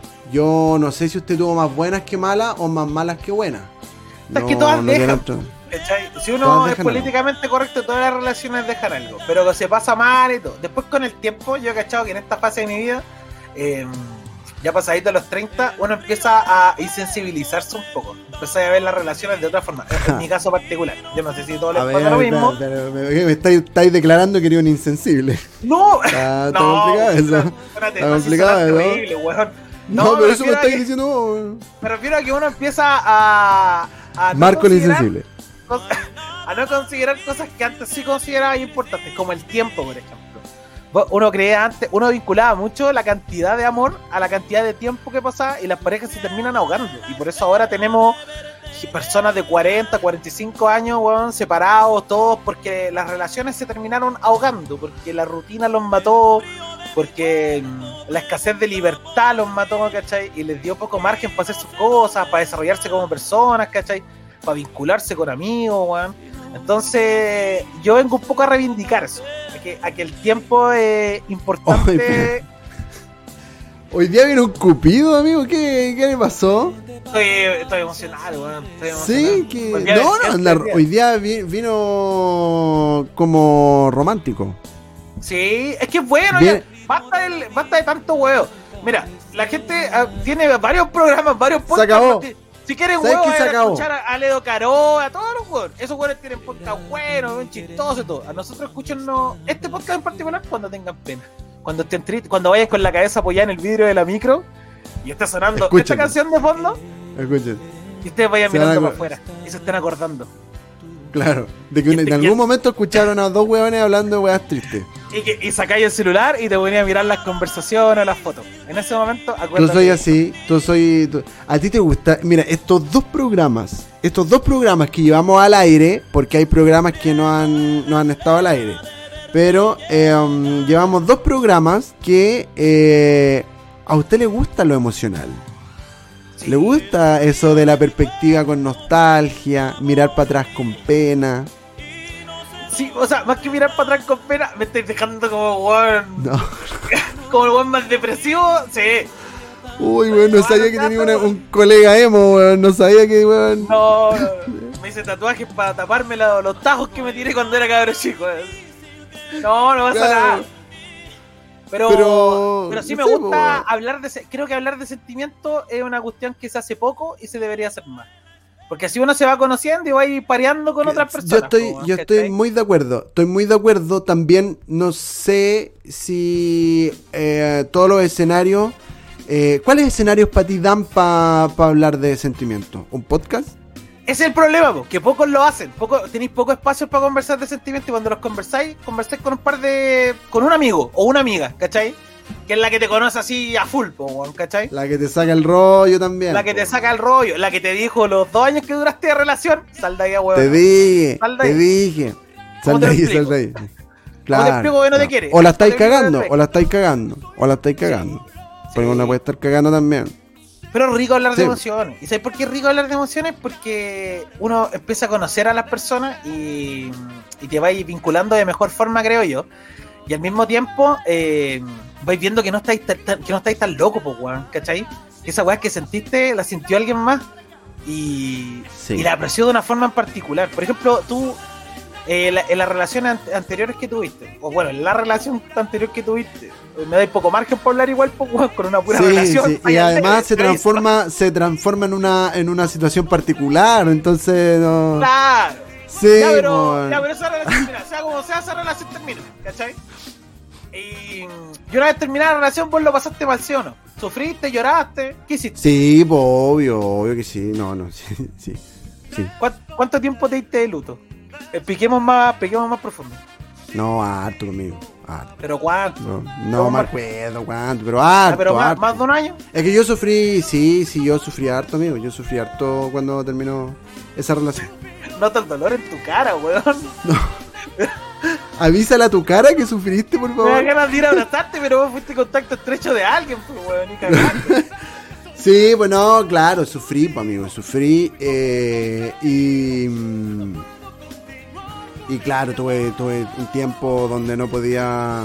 Yo no sé si usted tuvo más buenas que malas o más malas que buenas. No, es que todas no dejan. Si uno es políticamente algo. correcto, todas las relaciones dejan algo. Pero se pasa mal y todo. Después con el tiempo, yo he cachado que en esta fase de mi vida, eh, ya pasadito a los treinta, uno empieza a insensibilizarse un poco. Empieza a ver las relaciones de otra forma. En mi caso particular. Yo no sé si todos les pasa ver, lo mismo. Pero, pero, pero, me estáis, estáis declarando que eres un insensible. No, está, está no, complicado eso. Espérate, está no, complicado si eso. Horrible, weón. No, no, pero eso me estáis diciendo vos. Me refiero a que uno empieza a. a no Marco el insensible. Cosas, a no considerar cosas que antes sí consideraba importantes, como el tiempo, por ejemplo. Uno creía antes, uno vinculaba mucho la cantidad de amor a la cantidad de tiempo que pasaba y las parejas se terminan ahogando. Y por eso ahora tenemos personas de cuarenta, cuarenta y cinco años, weón, separados, todos, porque las relaciones se terminaron ahogando, porque la rutina los mató, porque la escasez de libertad los mató, ¿cachai? Y les dio poco margen para hacer sus cosas, para desarrollarse como personas, ¿cachai? Para vincularse con amigos, weón. Entonces, yo vengo un poco a reivindicar eso, a que, a que el tiempo es importante. Hoy día viene un cupido, amigo, ¿qué, qué le pasó? Estoy, estoy emocionado, weón. Estoy emocionado. Sí, que... No, no, anda, hoy día vino como romántico. Sí, es que es bueno, ya, basta, del, basta de tanto huevo. Mira, la gente uh, tiene varios programas, varios podcasts. Se acabó. Si quieren huevos, vayan a escuchar a, a Ledo Caro, a todos los huevos. Esos huevos tienen podcast buenos, chistosos y todo. A nosotros escúchenos este podcast en particular cuando tengan pena. Cuando estén tristes, cuando vayan con la cabeza apoyada en el vidrio de la micro y esté sonando Escúchenlo. esta canción de fondo. Escuchen. Y ustedes vayan se mirando para afuera y se estén acordando. Claro, de que en algún momento escucharon a dos huevones hablando de huevas tristes. Y, que, y sacáis el celular y te ponías a mirar las conversaciones o las fotos. En ese momento, acuérdate. Tú soy así, tú soy... Tú, a ti te gusta... Mira, estos dos programas, estos dos programas que llevamos al aire, porque hay programas que no han, no han estado al aire, pero eh, um, llevamos dos programas que eh, a usted le gusta lo emocional. Sí. Le gusta eso de la perspectiva con nostalgia, mirar para atrás con pena. Sí, o sea, más que mirar para atrás con pena, me estáis dejando como weón. No. Como el weón más depresivo, sí. Uy, weón, no, no sabía no, que tenía una, un colega emo, weón. No sabía que, weón. No, no, me hice tatuajes para taparme la, los tajos que me tiré cuando era cabrón chico, weón. No, no pasa claro. nada. Pero, pero, pero sí me sé, gusta weón. hablar de... Creo que hablar de sentimientos es una cuestión que se hace poco y se debería hacer más. Porque así uno se va conociendo y va a ir pareando con otras personas. Yo estoy, po, yo estoy muy de acuerdo. Estoy muy de acuerdo. También no sé si eh, todos los escenarios... Eh, ¿Cuáles escenarios para ti dan para pa hablar de sentimientos? ¿Un podcast? Ese es el problema, po, que pocos lo hacen. Poco, tenéis poco espacio para conversar de sentimientos y cuando los conversáis, conversáis con un par de... con un amigo o una amiga, ¿cachai? Que es la que te conoce así a full, po, ¿cachai? La que te saca el rollo también. La que po. te saca el rollo, la que te dijo los dos años que duraste de relación, sal de ahí, weón. Te dije, sal de ahí. te dije. Sal de ahí, sal de ahí. Claro. ¿Cómo te explico que no te quiere? O la estáis cagando, o la estáis cagando, o la estáis cagando. Sí. Porque uno puede estar cagando también. Pero es rico hablar sí. de emociones. ¿Y sabes por qué es rico hablar de emociones? Porque uno empieza a conocer a las personas y, y te vais vinculando de mejor forma, creo yo. Y al mismo tiempo eh, vais viendo que no estáis tan, que no estáis tan locos, pues, weón, ¿cachai? Esa weá que sentiste, la sintió alguien más y, sí. y la apreció de una forma en particular. Por ejemplo, tú Eh, la, en las relaciones an- anteriores que tuviste, o bueno, en la relación anterior que tuviste, me dais poco margen por hablar igual poco, con una pura sí, relación. Sí. Y además se transforma, se transforma en una, en una situación particular, entonces no. Claro. Sí, ya, pero, por... ya, pero esa relación, mira, sea como sea, esa relación termina, ¿cachai? Y, y una vez terminada la relación, vos lo pasaste mal, ¿sí o no? ¿Sufriste, lloraste? ¿Qué hiciste? Sí, pues, obvio, obvio que sí, no, no, sí, sí. sí. ¿Cuánto, ¿Cuánto tiempo te diste de luto? Eh, piquemos más, piquemos más profundo. No, harto conmigo, harto. ¿Pero cuánto? No, no me acuerdo cuánto, pero harto, ah, pero más, harto. ¿Más de un año? Es que yo sufrí, sí, sí, yo sufrí harto, amigo, yo sufrí harto cuando terminó esa relación. Nota el dolor en tu cara, weón. No. Avísale a tu cara que sufriste, por favor. Me da ganas de ir a abrazarte, pero vos fuiste contacto estrecho de alguien, pues, weón, y cagaste. Sí, bueno, claro, sufrí, pues, amigo, sufrí, eh, y... Y claro, tuve, tuve un tiempo donde no podía...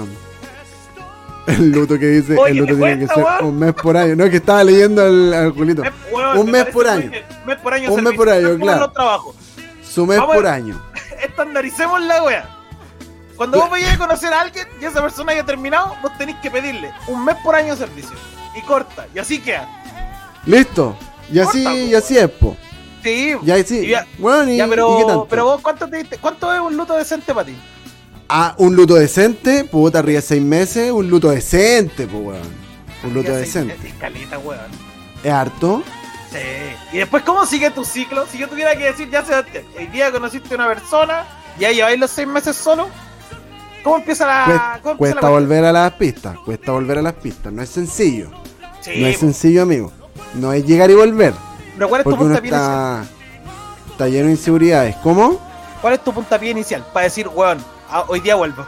El luto que dice, Oye, el luto tiene cuesta, que ser weón? un mes por año. No, es que estaba leyendo al, al Julito. Mes, weón, un mes por año. Mes por año. Un mes por año, claro. Su mes Vamos por a... año. Estandaricemos la wea. Cuando vos vayas a conocer a alguien y esa persona haya terminado, vos tenés que pedirle un mes por año de servicio. Y corta, y así queda. Listo. Y así, corta, y así es, po. Sí, ya, sí. Y ya, bueno, y, ya, pero, ¿y qué tanto? Pero vos, ¿cuánto te diste? ¿Cuánto es un luto decente para ti? Ah, un luto decente, puta, arriba de seis meses, un luto decente, pues, weón. Un luto decente. Es caleta, weón. ¿Es harto? Sí. Y después, ¿cómo sigue tu ciclo? Si yo tuviera que decir, ya Sebastián, el día conociste a una persona, ya lleváis los seis meses solo, ¿cómo empieza la... Cuesta, ¿cómo empieza cuesta la volver a las pistas, cuesta volver a las pistas, no es sencillo. Sí, no es sencillo, amigo. No es llegar y volver. Pero ¿cuál es tu puntapié inicial? Está lleno de inseguridades. ¿Cómo? ¿Cuál es tu puntapié inicial? Para decir, weón, hoy día vuelvo.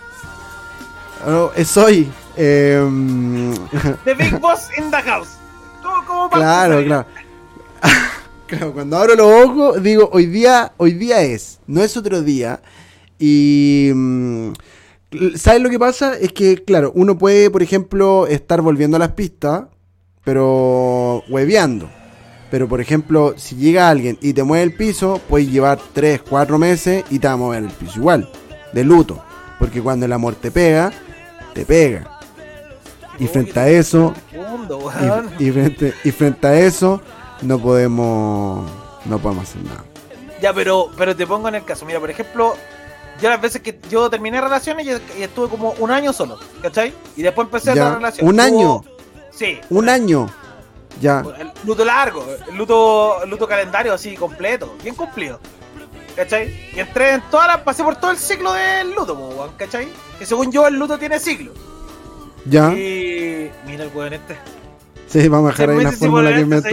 No, es hoy. Eh... The Big Boss in the house. ¿Cómo, cómo claro, claro. Claro, cuando abro los ojos, digo, hoy día, hoy día es, no es otro día. Y... ¿sabes lo que pasa? Es que, claro, uno puede, por ejemplo, estar volviendo a las pistas, pero hueveando. Pero, por ejemplo, si llega alguien y te mueve el piso, puedes llevar tres, cuatro meses y te va a mover el piso igual, de luto. Porque cuando el amor te pega, te pega. Y frente a eso, y, y, frente, y frente a eso, no podemos, no podemos hacer nada. Ya, pero, pero te pongo en el caso. Mira, por ejemplo, yo las veces que yo terminé relaciones y, y estuve como un año solo, ¿cachai? Y después empecé ya, otra relación. ¿Un año? Tuvo, sí. ¿Un año? Ya. El luto largo, el luto, el luto calendario así completo, bien cumplido. ¿Cachai? Y entré en todas las, pasé por todo el ciclo del luto, ¿cachai? Que según yo el luto tiene ciclo. Ya. Y mira el weón este. Sí, vamos a dejar ahí la fórmula que inventó.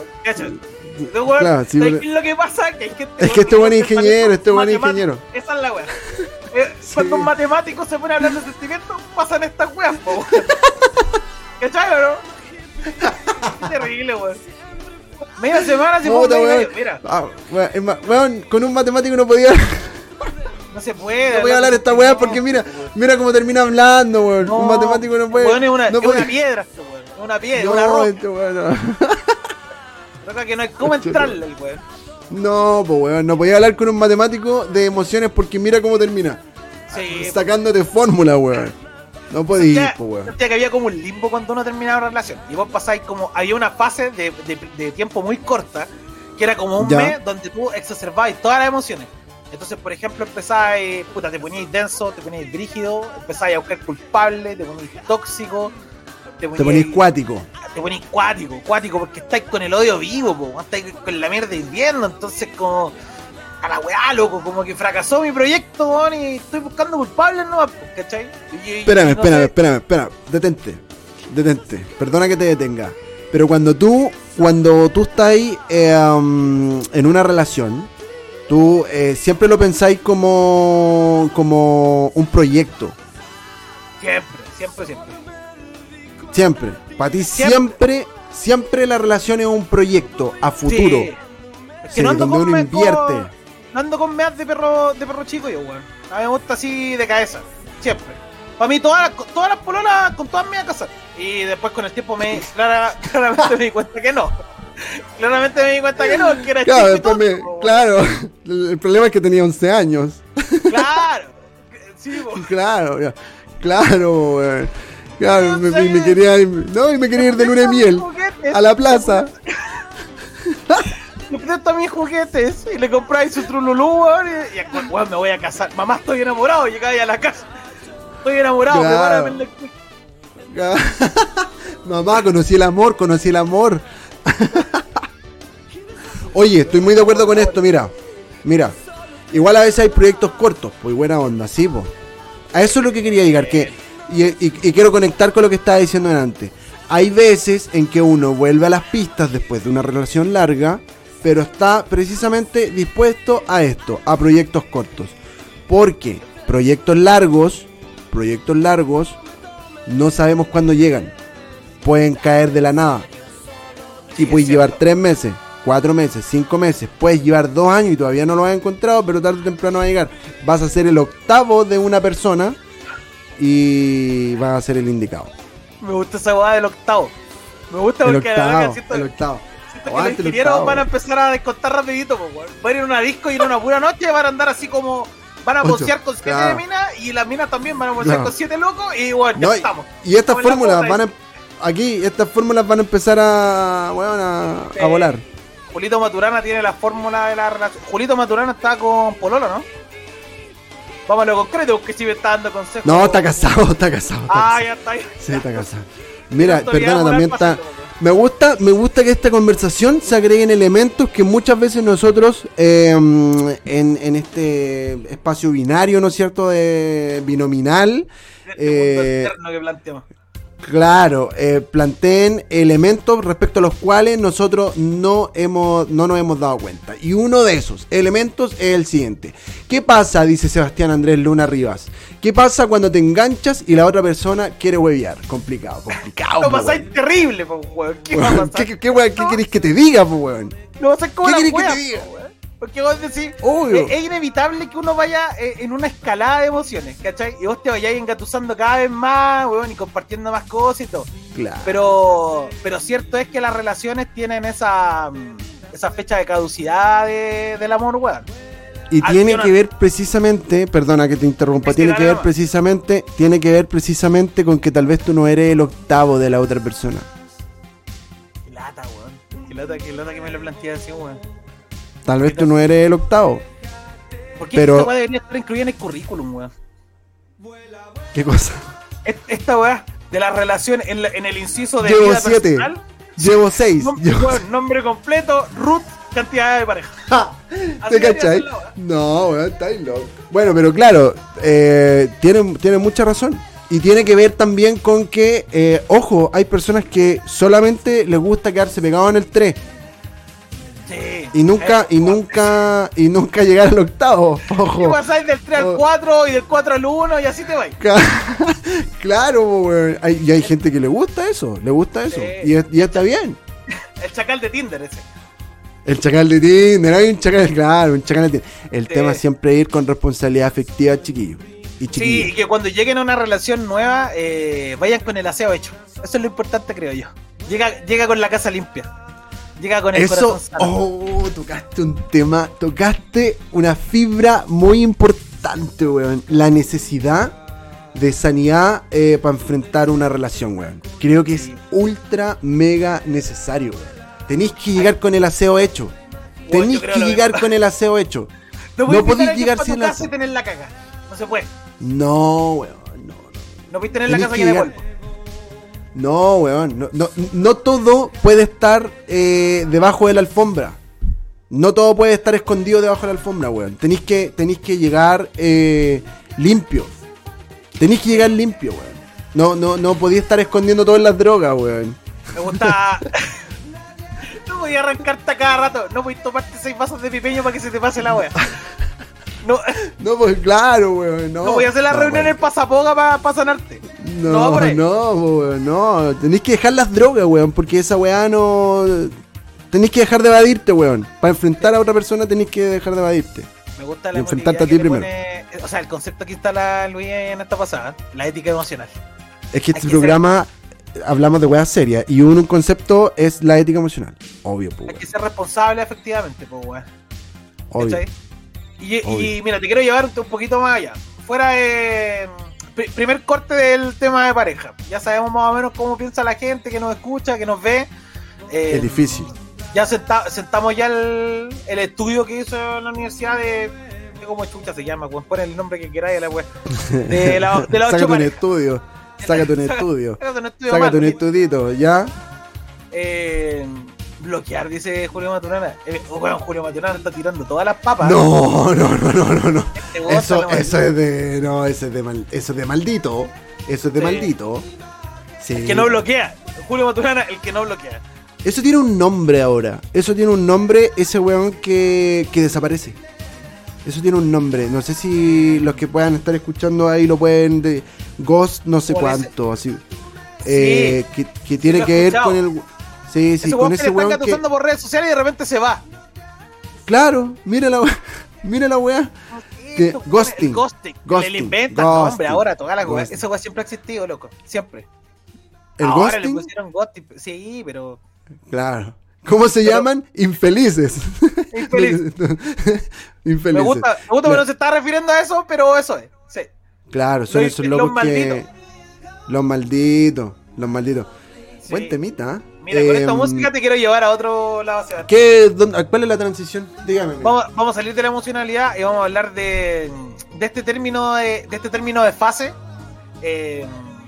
Claro, sí, pero... Lo que pasa es que, que este es que este buen ingeniero, este buen ingeniero. Esa es la wea. Eh, sí. Cuando un matemático se pone a hablar de sentimientos, pasan estas weas, po. ¿Cachai, bro? Terrible, weón. Media semana se puede medio, mira. Ah, weón, weón, con un matemático no podía. No se puede. No voy a hablar esta weá porque mira, mira cómo termina hablando, weón. No, un matemático no puede. Weón es una, no es puede. una piedra, esto, weón. Es una piedra, no, una roca. Este, weón, no. Roca que no hay cómo entrarle, el weón. No, pues weón, no podía hablar con un matemático de emociones porque mira cómo termina. Sí. Sacándote fórmula, weón. No podía ir, pues weón. Sentía que había como un limbo cuando uno terminaba una relación. Y vos pasáis como, había una fase de, de, de tiempo muy corta, que era como un ya. mes donde tú exacerbabas todas las emociones. Entonces, por ejemplo, empezáis, puta, te poníais denso, te poníais brígido, empezáis a buscar culpable, te poníais tóxico, te poníais, te poníais cuático. Te poníais cuático, cuático, porque estáis con el odio vivo, po, estáis con la mierda hirviendo, entonces como a la weá, loco, como que fracasó mi proyecto, weón, y estoy buscando culpables nomás, ¿cachai? Y, y, espérame, y no espérame, sé. espérame, espérame, detente, detente, perdona que te detenga, pero cuando tú, cuando tú estás ahí, eh, um, en una relación, tú eh, siempre lo pensáis como, como un proyecto. Siempre, siempre, siempre. Siempre. Para ti siempre. siempre, siempre la relación es un proyecto a futuro. Sí. Es que sí, no ando donde con uno invierte. Con, no ando con meas de perro, de perro chico yo, weón. A mí me gusta así de cabeza. Siempre. Para mí todas, todas las pololas, con todas me voy a casar. Y después con el tiempo me clara, claramente me di cuenta que no. Claramente me di cuenta que no, que era claro, chico. Me, claro, el problema es que tenía once años. Claro. Sí, po. Claro, ya. Claro, weón. Claro, no me, me, me quería ir, no, y me quería ir de luna de miel a la plaza. Le presto a mis juguetes y le compráis su trululú, weón, y, y weón, me voy a casar. Mamá, estoy enamorado, llegáis a la casa. Estoy enamorado, claro. prepárame el... Mamá, conocí el amor, conocí el amor. Oye, estoy muy de acuerdo con esto, mira. Mira. Igual a veces hay proyectos cortos, pues buena onda, sí, pues. A eso es lo que quería llegar, que y, y, y quiero conectar con lo que estaba diciendo antes. Hay veces en que uno vuelve a las pistas después de una relación larga, pero está precisamente dispuesto a esto, a proyectos cortos. Porque proyectos largos, proyectos largos, no sabemos cuándo llegan. Pueden caer de la nada. Y sí, puedes llevar tres meses, cuatro meses, cinco meses, puedes llevar dos años y todavía no lo has encontrado, pero tarde o temprano va a llegar. Vas a ser el octavo de una persona y vas a ser el indicado. Me gusta esa boda del octavo. Me gusta el porque octavo, además siento, el octavo. siento que los ingenieros van a empezar a descontar rapidito, pues, weón. Van a ir a una disco y en una pura noche van a andar así como... Van a posear con siete claro. de minas y las minas también van a posear claro. con siete locos y bueno, ya no, estamos. Y estas fórmulas van a... Aquí, estas fórmulas van a empezar a... Bueno, a, sí. a volar. Julito Maturana tiene la fórmula de la relación. Julito Maturana está con Pololo, ¿no? Vamos a lo concreto, que si me está dando consejos. No, está casado, está casado. Está ah, casado. ya está. Ya. Sí, está casado. Mira, perdona, también está... Me gusta, me gusta que esta conversación se agreguen elementos que muchas veces nosotros eh, en, en este espacio binario, ¿no es cierto?, de binominal. Este eh, mundo que planteamos. Claro, eh, planteen elementos respecto a los cuales nosotros no hemos no nos hemos dado cuenta. Y uno de esos elementos es el siguiente. ¿Qué pasa? Dice Sebastián Andrés Luna Rivas. ¿Qué pasa cuando te enganchas y la otra persona quiere huevear? Complicado, complicado. Lo pasáis terrible, pues, weón. ¿Qué va a pasar? ¿Qué, qué, qué, qué no. querés que te diga, pues, weón? Lo vas a hacer como ¿Qué la querés wea, que te diga? Po, porque vos decís, es, es inevitable que uno vaya eh, en una escalada de emociones, ¿cachai? Y vos te vayáis engatusando cada vez más, weón, y compartiendo más cosas y todo. Claro. Pero, pero cierto es que las relaciones tienen esa, esa fecha de caducidad de, del amor, weón. Y Al tiene que ver precisamente, perdona que te interrumpa, es tiene que, que ver más. precisamente, tiene que ver precisamente con que tal vez tú no eres el octavo de la otra persona. Qué lata, weón. Qué lata, qué lata que me lo planteas así, weón. Tal vez tú no eres el octavo. ¿Por qué pero... esta weá debería estar incluida en el currículum, weón? ¿Qué cosa? Esta weá de la relación en, la, en el inciso de Llevo vida siete. personal. Llevo seis. Nom Llevo... Weón, nombre completo, Ruth, cantidad de pareja. ¿Te cachai? No, weón, estáis loco. Bueno, pero claro, eh, tiene, tiene mucha razón. Y tiene que ver también con que, eh, ojo, hay personas que solamente les gusta quedarse pegados en el tres. Sí, y nunca, y nunca, y nunca llegar al octavo, ojo. ¿Qué pasáis del tres al cuatro y del cuatro al uno y así te vais? Claro, weón. Hay, y hay gente que le gusta eso, le gusta eso. Sí. Y, y está bien. El chacal de Tinder ese. El chacal de Tinder, hay un chacal, claro, un chacal de Tinder. El sí. tema es siempre ir con responsabilidad afectiva, chiquillos. Y sí, y que cuando lleguen a una relación nueva, eh, vayan con el aseo hecho. Eso es lo importante, creo yo. Llega, llega con la casa limpia. Llega con el Eso, corazón sano. Oh, tocaste un tema, tocaste una fibra muy importante, weón. La necesidad de sanidad eh, para enfrentar una relación, weón. Creo que es ultra, mega necesario, weón. Tenéis que llegar Ay. con el aseo hecho. Tenéis que llegar mismo. con el aseo hecho. No, no podéis llegar sin la... casa y tener la caga. No se puede. No, weón, no, no. No podéis tener la casa llena de polvo. No, weón, no, no, no todo puede estar eh, debajo de la alfombra. No todo puede estar escondido debajo de la alfombra, weón. Tenéis que, tenéis que llegar eh, limpio. Tenéis que llegar limpio, weón. No, no, no podía estar escondiendo todas las drogas, weón. Me gusta... No podía arrancarte a cada rato. No podías tomarte seis vasos de pipeño para que se te pase la weón. No, no, pues claro, weón. No, no voy a hacer la no, reunión en Pasapoga para pa sanarte. No, no, no, weón, no. Tenéis que dejar las drogas, weón, porque esa weá no... Tenéis que dejar de evadirte, weón. Para enfrentar a otra persona tenéis que dejar de evadirte. Me gusta la y enfrentarte a ti primero. Pone, o sea, el concepto que está la Luis en esta pasada, la ética emocional. Es que este Hay programa que ser... hablamos de weas serias y un, un concepto es la ética emocional. Obvio, pues. Hay que ser responsable efectivamente, pues, weón. Obvio. Y, y mira, te quiero llevar un poquito más allá. Fuera de... Pr- primer corte del tema de pareja. Ya sabemos más o menos cómo piensa la gente que nos escucha, que nos ve. Eh, es difícil. Ya senta, sentamos ya el, el estudio que hizo en la universidad de... de ¿cómo chucha se llama? Pues pon el nombre que queráis a la web. De la, de la ocho Sácate un estudio. Sácate un estudio. Sácate un estudio. Sácate un estudito, ¿ya? Eh... Bloquear, dice Julio Maturana. Eh, bueno, Julio Maturana está tirando todas las papas. No, no, no, no, no, no. Este eso, eso es de. No, eso es de mal, eso es de maldito. Eso es de sí. maldito. Sí. El que no bloquea. Julio Maturana, el que no bloquea. Eso tiene un nombre ahora. Eso tiene un nombre, ese weón que, que desaparece. Eso tiene un nombre. No sé si los que puedan estar escuchando ahí lo pueden. De Ghost, no sé cuánto. Así. Sí. Eh, que, que tiene que ver con el. Sí, sí, ese con ese ese weón weón que está usando por redes sociales y de repente se va. Claro, mira la weá. Mira la weá. Que, ghosting. El ghosting. ghosting. Le inventa nombre ahora, toda la weá. Ese weá siempre ha existido, loco. Siempre. ¿El ahora ghosting? le pusieron ghosting. Sí, pero... Claro. ¿Cómo se pero... llaman? Infelices. Infelices. Infelices. Me gusta, me gusta que no se está refiriendo a eso, pero eso es. Sí. Claro, son los, esos locos los que... malditos. Los malditos. Los malditos. Sí. Buen temita, ¿eh? Mira, con eh, esta música te quiero llevar a otro lado. ¿Qué, dónde, ¿Cuál es la transición? Dígame. Vamos, vamos a salir de la emocionalidad y vamos a hablar de, de este término de, de este término de fase eh,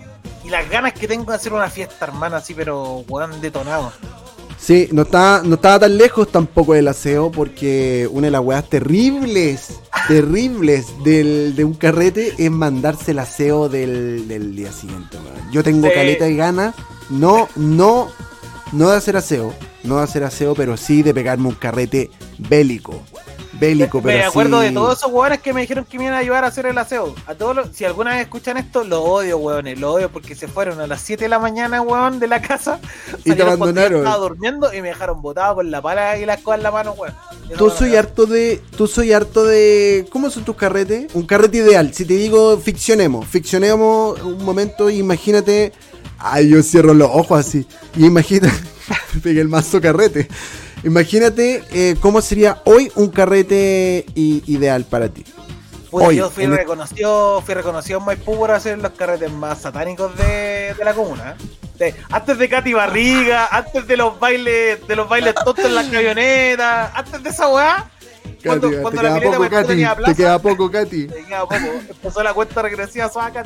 y las ganas que tengo de hacer una fiesta, hermana, así, pero weón, detonado. Sí, no estaba, no estaba tan lejos tampoco del aseo, porque una de las weas terribles, terribles del, de un carrete es mandarse el aseo del, del día siguiente, weón. Yo tengo sí. caleta de ganas, no, no... No de hacer aseo, no de hacer aseo, pero sí de pegarme un carrete bélico. Bélico, me, pero Me acuerdo sí... de todos esos hueones que me dijeron que me iban a ayudar a hacer el aseo. A todos los, si alguna vez escuchan esto, lo odio, hueones. Lo odio porque se fueron a las siete de la mañana, hueón, de la casa. Y te abandonaron. Estaba durmiendo y me dejaron botado con la pala y la escoba en la mano, hueón. Tú soy harto de... Tú soy harto de... ¿Cómo son tus carretes? Un carrete ideal. Si te digo, ficcionemos. Ficcionemos un momento, imagínate... Ay, yo cierro los ojos así. Y imagínate, pegué el mazo carrete. Imagínate eh, cómo sería hoy un carrete i- ideal para ti. Pues hoy, yo fui reconocido, fui reconocido en Maipú por hacer los carretes más satánicos de, de la comuna. De, antes de Katy Barriga, antes de los bailes, de los bailes tontos en las camionetas, antes de esa weá. Cuando, Katy, cuando te, la queda poco, Katy, tenía plaza, te queda poco, Katy. Te queda poco. Empezó la cuenta regresiva suaca.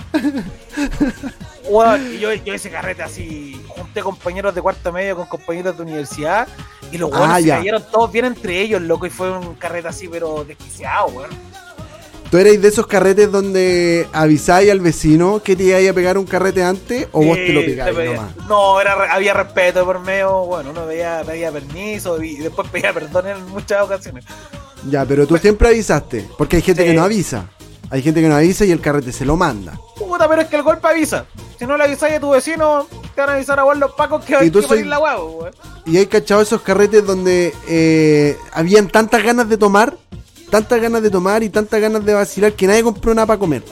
Bueno, y yo, yo ese carrete así, junté compañeros de cuarto medio con compañeros de universidad y los buenos ah, se cayeron todos bien entre ellos, loco, y fue un carrete así, pero desquiciado, weón. ¿Tú erais de esos carretes donde avisáis al vecino que te ibas a pegar un carrete antes o sí, vos te lo pegáis nomás? No, era, había respeto por medio, bueno, uno pedía, pedía permiso y después pedía perdón en muchas ocasiones. Ya, pero tú pues, siempre avisaste, porque hay gente sí. que no avisa. Hay gente que no avisa y el carrete se lo manda. Puta, pero es que el golpe avisa. Si no le avisáis a tu vecino, te van a avisar a vos los pacos que hay que poner la huevo, weón. Y hay cachado esos carretes donde eh, habían tantas ganas de tomar, tantas ganas de tomar y tantas ganas de vacilar que nadie compró nada para comer.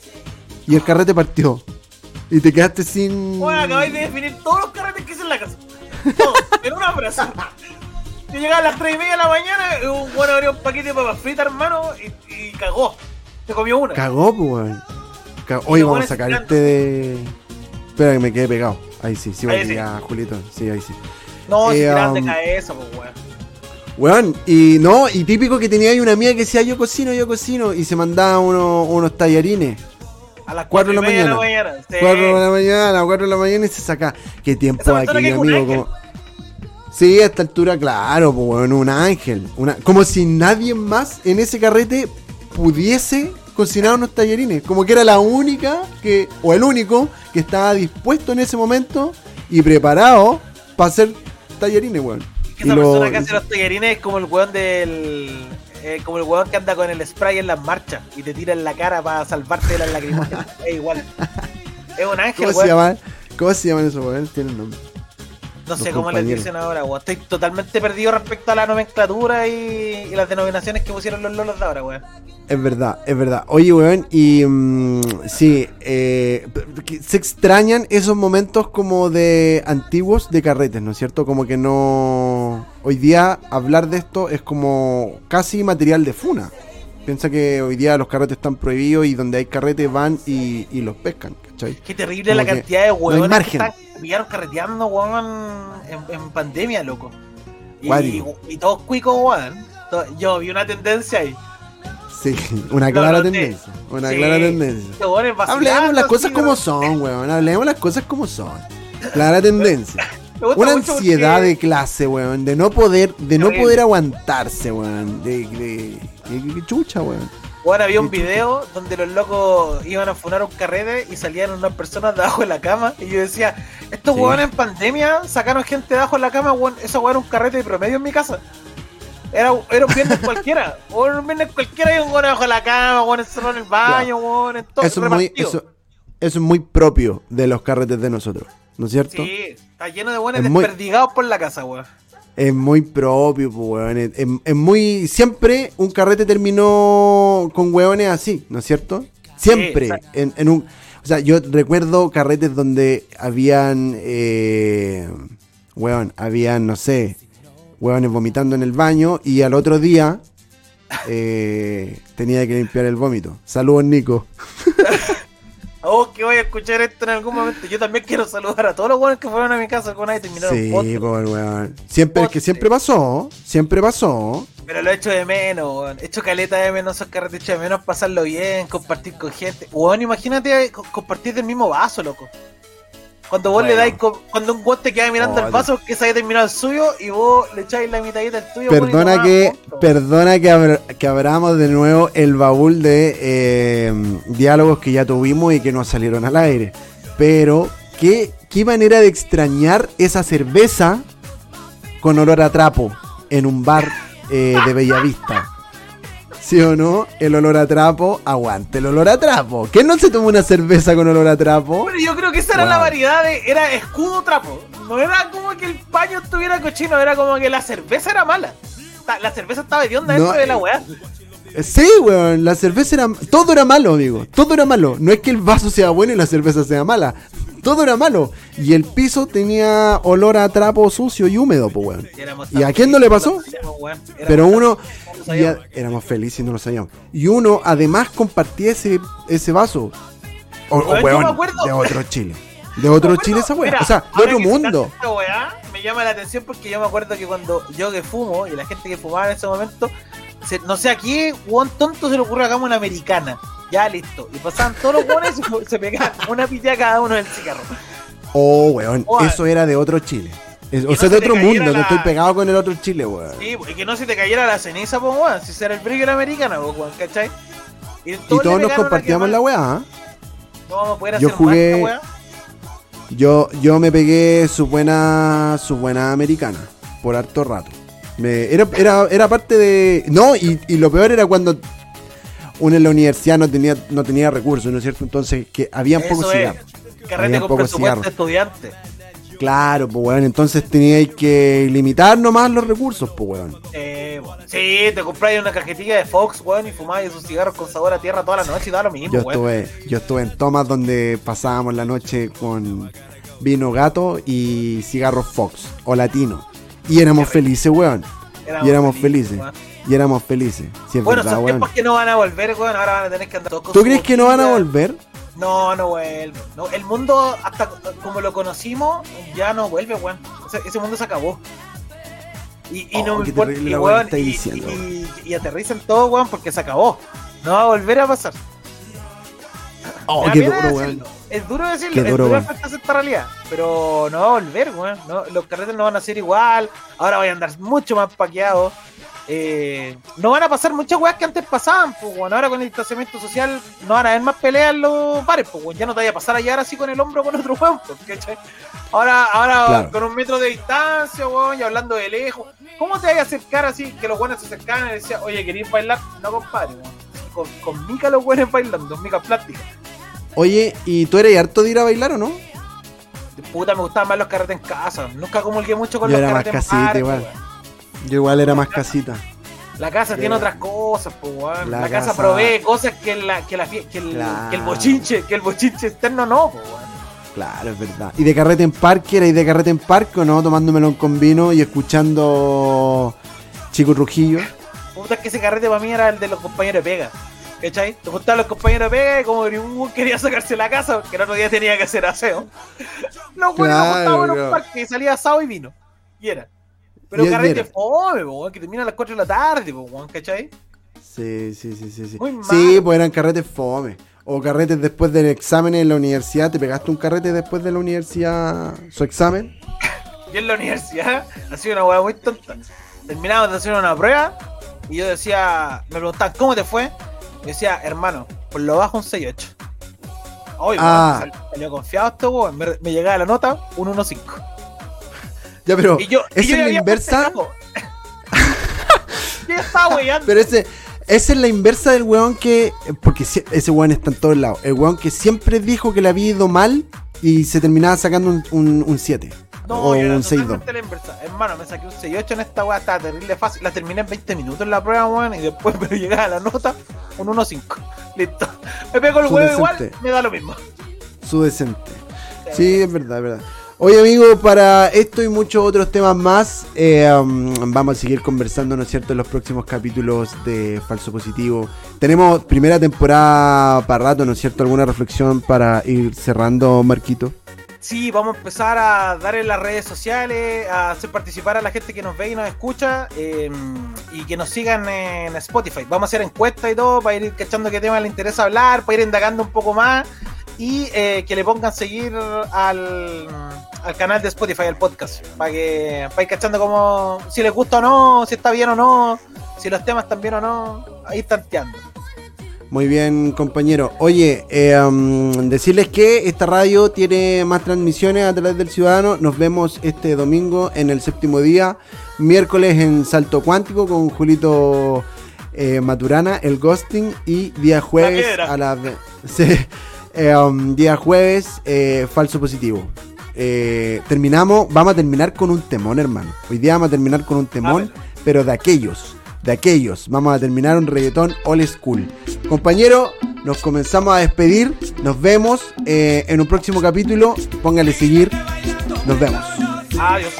Y el carrete partió. Y te quedaste sin... Bueno, acabáis de definir todos los carretes que hice en la casa. Todos, en una frase. Yo llegaba a las tres y media de la mañana, un bueno abrió un paquete de papas fritas, hermano, y, y cagó. Se comió una. Cagó, pues, weón. Hoy vamos a sacar este de... Espera que me quede pegado. Ahí sí, sí va a llegar, sí. Julito. Sí, ahí sí. No, eh, si grande um... cae eso, pues, weón. Weón, y no, y típico que tenía ahí una amiga que decía yo cocino, yo cocino, y se mandaba uno, unos tallarines. A las cuatro de la mañana. mañana. Sí. cuatro de la mañana, cuatro de la mañana y se saca. ¿Qué tiempo aquí, amigo? Como... Sí, a esta altura, claro, pues, weón, un ángel. Una... Como si nadie más en ese carrete pudiese cocinar unos tallarines. Como que era la única que, o el único que estaba dispuesto en ese momento y preparado para hacer tallarines, weón. Que esa persona lo... que hace los tallarines es como el weón del... Eh, como el weón que anda con el spray en las marchas y te tira en la cara para salvarte de las lagrimógenas. Es igual. Es un ángel, ¿Cómo weón. Se llama? ¿Cómo se llaman esos weones? Tienen nombre. No sé cómo les dicen ahora, weón. Estoy totalmente perdido respecto a la nomenclatura y, y las denominaciones que pusieron los lolos de ahora, weón. Es verdad, es verdad. Oye, weón, y um, sí, eh, se extrañan esos momentos como de antiguos de carretes, ¿no es cierto? Como que no... Hoy día hablar de esto es como casi material de funa. Piensa que hoy día los carretes están prohibidos y donde hay carretes van y, y los pescan, ¿cachai? Qué terrible como la cantidad de huevones no que están pillaron carreteando, weón, en, en pandemia, loco. Y, y, y todos cuicos, weón. Yo vi una tendencia ahí. Sí, una clara no, no tendencia. Una sí, clara tendencia. Hablemos las cosas como son, weón. Hablemos las cosas como son. Clara tendencia. Una ansiedad porque... de clase, weón, de no poder, de no poder aguantarse, weón, de, de, de, de chucha, weón. Bueno, había un video donde los locos iban a funar un carrete y salían unas personas debajo de la cama y yo decía, estos sí. weones en pandemia sacaron gente debajo de la cama, weón, esa weón era un carrete de promedio en mi casa. Era, era un viernes cualquiera, o un viernes cualquiera y un weón debajo de la cama, weón, encerrado en el baño, weón, en todo. Eso es muy, eso, eso es muy propio de los carretes de nosotros, ¿no es cierto? Sí, está lleno de weones desperdigados muy... por la casa, weón. Es muy propio, pues, weón. Es, es, es muy... Siempre un carrete terminó con weones así, ¿no es cierto? Siempre. Sí, en, en un... O sea, yo recuerdo carretes donde habían... Eh, weón, habían, no sé... Weones vomitando en el baño y al otro día... Eh, tenía que limpiar el vómito. Saludos, Nico. Oh, que voy a escuchar esto en algún momento. Yo también quiero saludar a todos los weones que fueron a mi casa con ahí y terminaron. Sí, por weón. Siempre, es que siempre pasó, siempre pasó. Pero lo echo de menos, weón. Echo caleta de menos esos carretes, echo de menos pasarlo bien, compartir con gente. Weón, imagínate compartir del mismo vaso, loco. Cuando vos bueno. le dais, cuando un weón te queda mirando oh, el vaso que se haya terminado el suyo y vos le echáis la mitadita del tuyo. Perdona bueno, que, punto. perdona que, abr que abramos de nuevo el baúl de eh, diálogos que ya tuvimos y que nos salieron al aire. Pero, ¿qué, qué manera de extrañar esa cerveza con olor a trapo en un bar eh, de Bellavista? ¿Sí o no? El olor a trapo, aguante el olor a trapo. ¿Quién no se tomó una cerveza con olor a trapo? Bueno, yo creo que esa wow. era la variedad de... Era escudo trapo. No era como que el paño estuviera cochino, era como que la cerveza era mala. La cerveza estaba hedionda dentro no, de la weá. Sí, weón, la cerveza era... Todo era malo, amigo. Todo era malo. No es que el vaso sea bueno y la cerveza sea mala. Todo era malo. Y el piso tenía olor a trapo sucio y húmedo, pues, weón. ¿Y a quién no le pasó? Pero uno... Ya éramos felices y no lo sabíamos. Y uno además compartía ese, ese vaso. O, o weón, de otro Chile. De otro Chile esa weá. O sea, de otro mundo. Esta weá me llama la atención porque yo me acuerdo que cuando yo que fumo y la gente que fumaba en ese momento, se, no sé a qué weón tonto se le ocurrió hagamos una americana. Ya listo. Y pasaban todos los weones y se pegaban una pitilla cada uno del cigarro. Oh, weón, weón. Eso era de otro Chile. Es, o sea, no de otro mundo, la... no estoy pegado con el otro Chile, weón. Sí, y que no se te cayera la ceniza, pues, weón. Si será el brillo de la americana, pues, weón, ¿cachai? Y, y todos nos compartíamos la weá, ¿eh? No vamos a poder yo hacer jugué... más, weá. Yo, yo me pegué su buena, su buena americana, por harto rato. Me, era, era, era parte de... No, y, y lo peor era cuando uno en la universidad no tenía, no tenía recursos, ¿no es cierto? Entonces, que había pocos cigarros. Carrete con presupuesto de estudiante. Claro, pues weón, entonces teníais que limitar nomás los recursos, pues weón. Eh, bueno. Sí, te compráis una cajetilla de Fox, weón, y fumáis esos cigarros con sabor a tierra toda la noche y da lo mismo, yo weón. Estuve, yo estuve en tomas donde pasábamos la noche con vino gato y cigarros Fox o latino. Y éramos Qué felices, weón. Éramos y éramos felices. felices y éramos felices. Sí, es bueno, verdad, son tiempos que no van a volver, weón, ahora van a tener que andar todos con ¿Tú crees que no van a volver? No, no vuelve. No, el mundo, hasta como lo conocimos, ya no vuelve, weón. Ese, ese mundo se acabó. Y, y oh, no me importa, y, weón, y, diciendo, y, y, y aterricen todo, weón, porque se acabó. No va a volver a pasar. Oh, qué duro, weón. Es duro decirlo, es duro enfrentarse a esta realidad. Pero no va a volver, weón. No, los carretes no van a ser igual. Ahora voy a andar mucho más paqueados. Eh, no van a pasar muchas weas que antes pasaban, pues bueno, ahora con el distanciamiento social no van a haber más peleas en los bares, pues bueno, ya no te vaya a pasar a llegar así con el hombro con otro weón, pues, ahora, ahora claro. Con un metro de distancia, weón, y hablando de lejos, ¿cómo te vayas a acercar así que los weones se acercaban y decían, oye, ¿queréis bailar? No, compadre, weón. Con, con mica los weones bailando, mica plástica. Oye, ¿y tú eres harto de ir a bailar o no? De puta, me gustaban más los carretes en casa, nunca comulgué mucho con Yo los carretes en casa. Yo igual era más casita. La casa tiene otras cosas, pues, weón. La, la casa, casa provee cosas que, la, que, la, que, el, claro. que el bochinche, que el bochinche externo no, pues, weón. Claro, es verdad. ¿Y de carrete en parque? ¿Erais de carrete en parque o no? Tomándomelo con vino y escuchando Chico Trujillo. Puta, es que ese carrete para mí era el de los compañeros de pega. ¿Cachai? Te juntaban los compañeros de pega y como ningún quería sacarse la casa porque el otro día tenía que hacer aseo. Los buenos Claro, juntaban en bro. un parque y salía asado y vino. Y era. Pero Y es- y carrete era. fome, po, weón, que termina a las cuatro de la tarde, po, weón, ¿cachai? Sí, sí, sí, sí. Sí, Muy mal. sí, pues eran carretes fome. O carretes después del examen en la universidad. ¿Te pegaste un carrete después de la universidad? ¿Su examen? Yo en la universidad hacía una hueá muy tonta. Terminábamos de hacer una prueba y yo decía, me preguntaban, ¿cómo te fue? Yo decía, hermano, por lo bajo un seis ocho. Hoy, Ah. sal- salió confiado esto, weón. Me, me llegaba la nota, un uno cinco. Ya, pero Y yo, y esa yo es ya la había inversa. festejado. Yo ya estaba weyando. Pero ese, esa es la inversa del weón que. Porque si- ese weón está en todos lados. El weón que siempre dijo que le había ido mal y se terminaba sacando un siete. No, O yo era un seis dos. totalmente la inversa. Hermano, me saqué un seis ocho en esta weá, estaba terrible fácil. La terminé en veinte minutos en la prueba, weón, y después me llegaba la nota, un uno cinco. Listo. Me pego el Su huevo igual, decente. me da lo mismo. Su decente. Sí, es verdad, es verdad. Oye, amigo, para esto y muchos otros temas más, eh, um, vamos a seguir conversando, ¿no es cierto?, en los próximos capítulos de Falso Positivo. Tenemos primera temporada para rato, ¿no es cierto?, alguna reflexión para ir cerrando, Marquito. Sí, vamos a empezar a dar en las redes sociales, a hacer participar a la gente que nos ve y nos escucha, eh, y que nos sigan en Spotify. Vamos a hacer encuestas y todo para ir cachando qué tema les interesa hablar, para ir indagando un poco más y eh, que le pongan seguir al, al canal de Spotify, al podcast, para que para ir cachando cómo, si les gusta o no, si está bien o no, si los temas están bien o no, ahí tanteando. Muy bien, compañero. Oye, eh, um, decirles que esta radio tiene más transmisiones a través del Ciudadano. Nos vemos este domingo en el séptimo día, miércoles en Salto Cuántico con Julito eh, Maturana, el Ghosting, y día jueves piedra. a las ve- sí, eh, um, día jueves eh, Falso Positivo. Eh, terminamos, vamos a terminar con un temón, hermano. Hoy día vamos a terminar con un temón, pero de aquellos. De aquellos, vamos a terminar un reggaetón old school. Compañero, nos comenzamos a despedir. Nos vemos eh, en un próximo capítulo. Póngale seguir. Nos vemos. Adiós.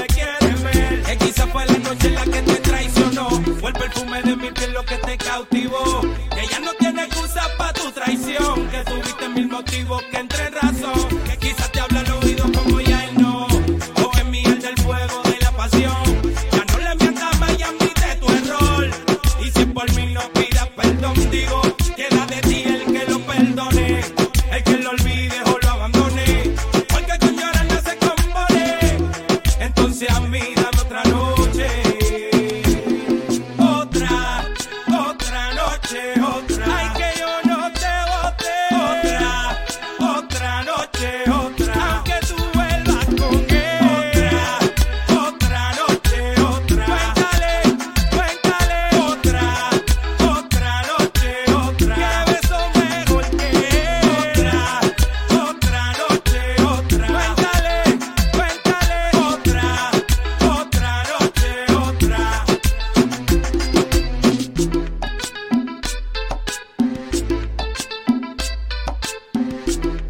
Fue el perfume de mi piel lo que te cautivó.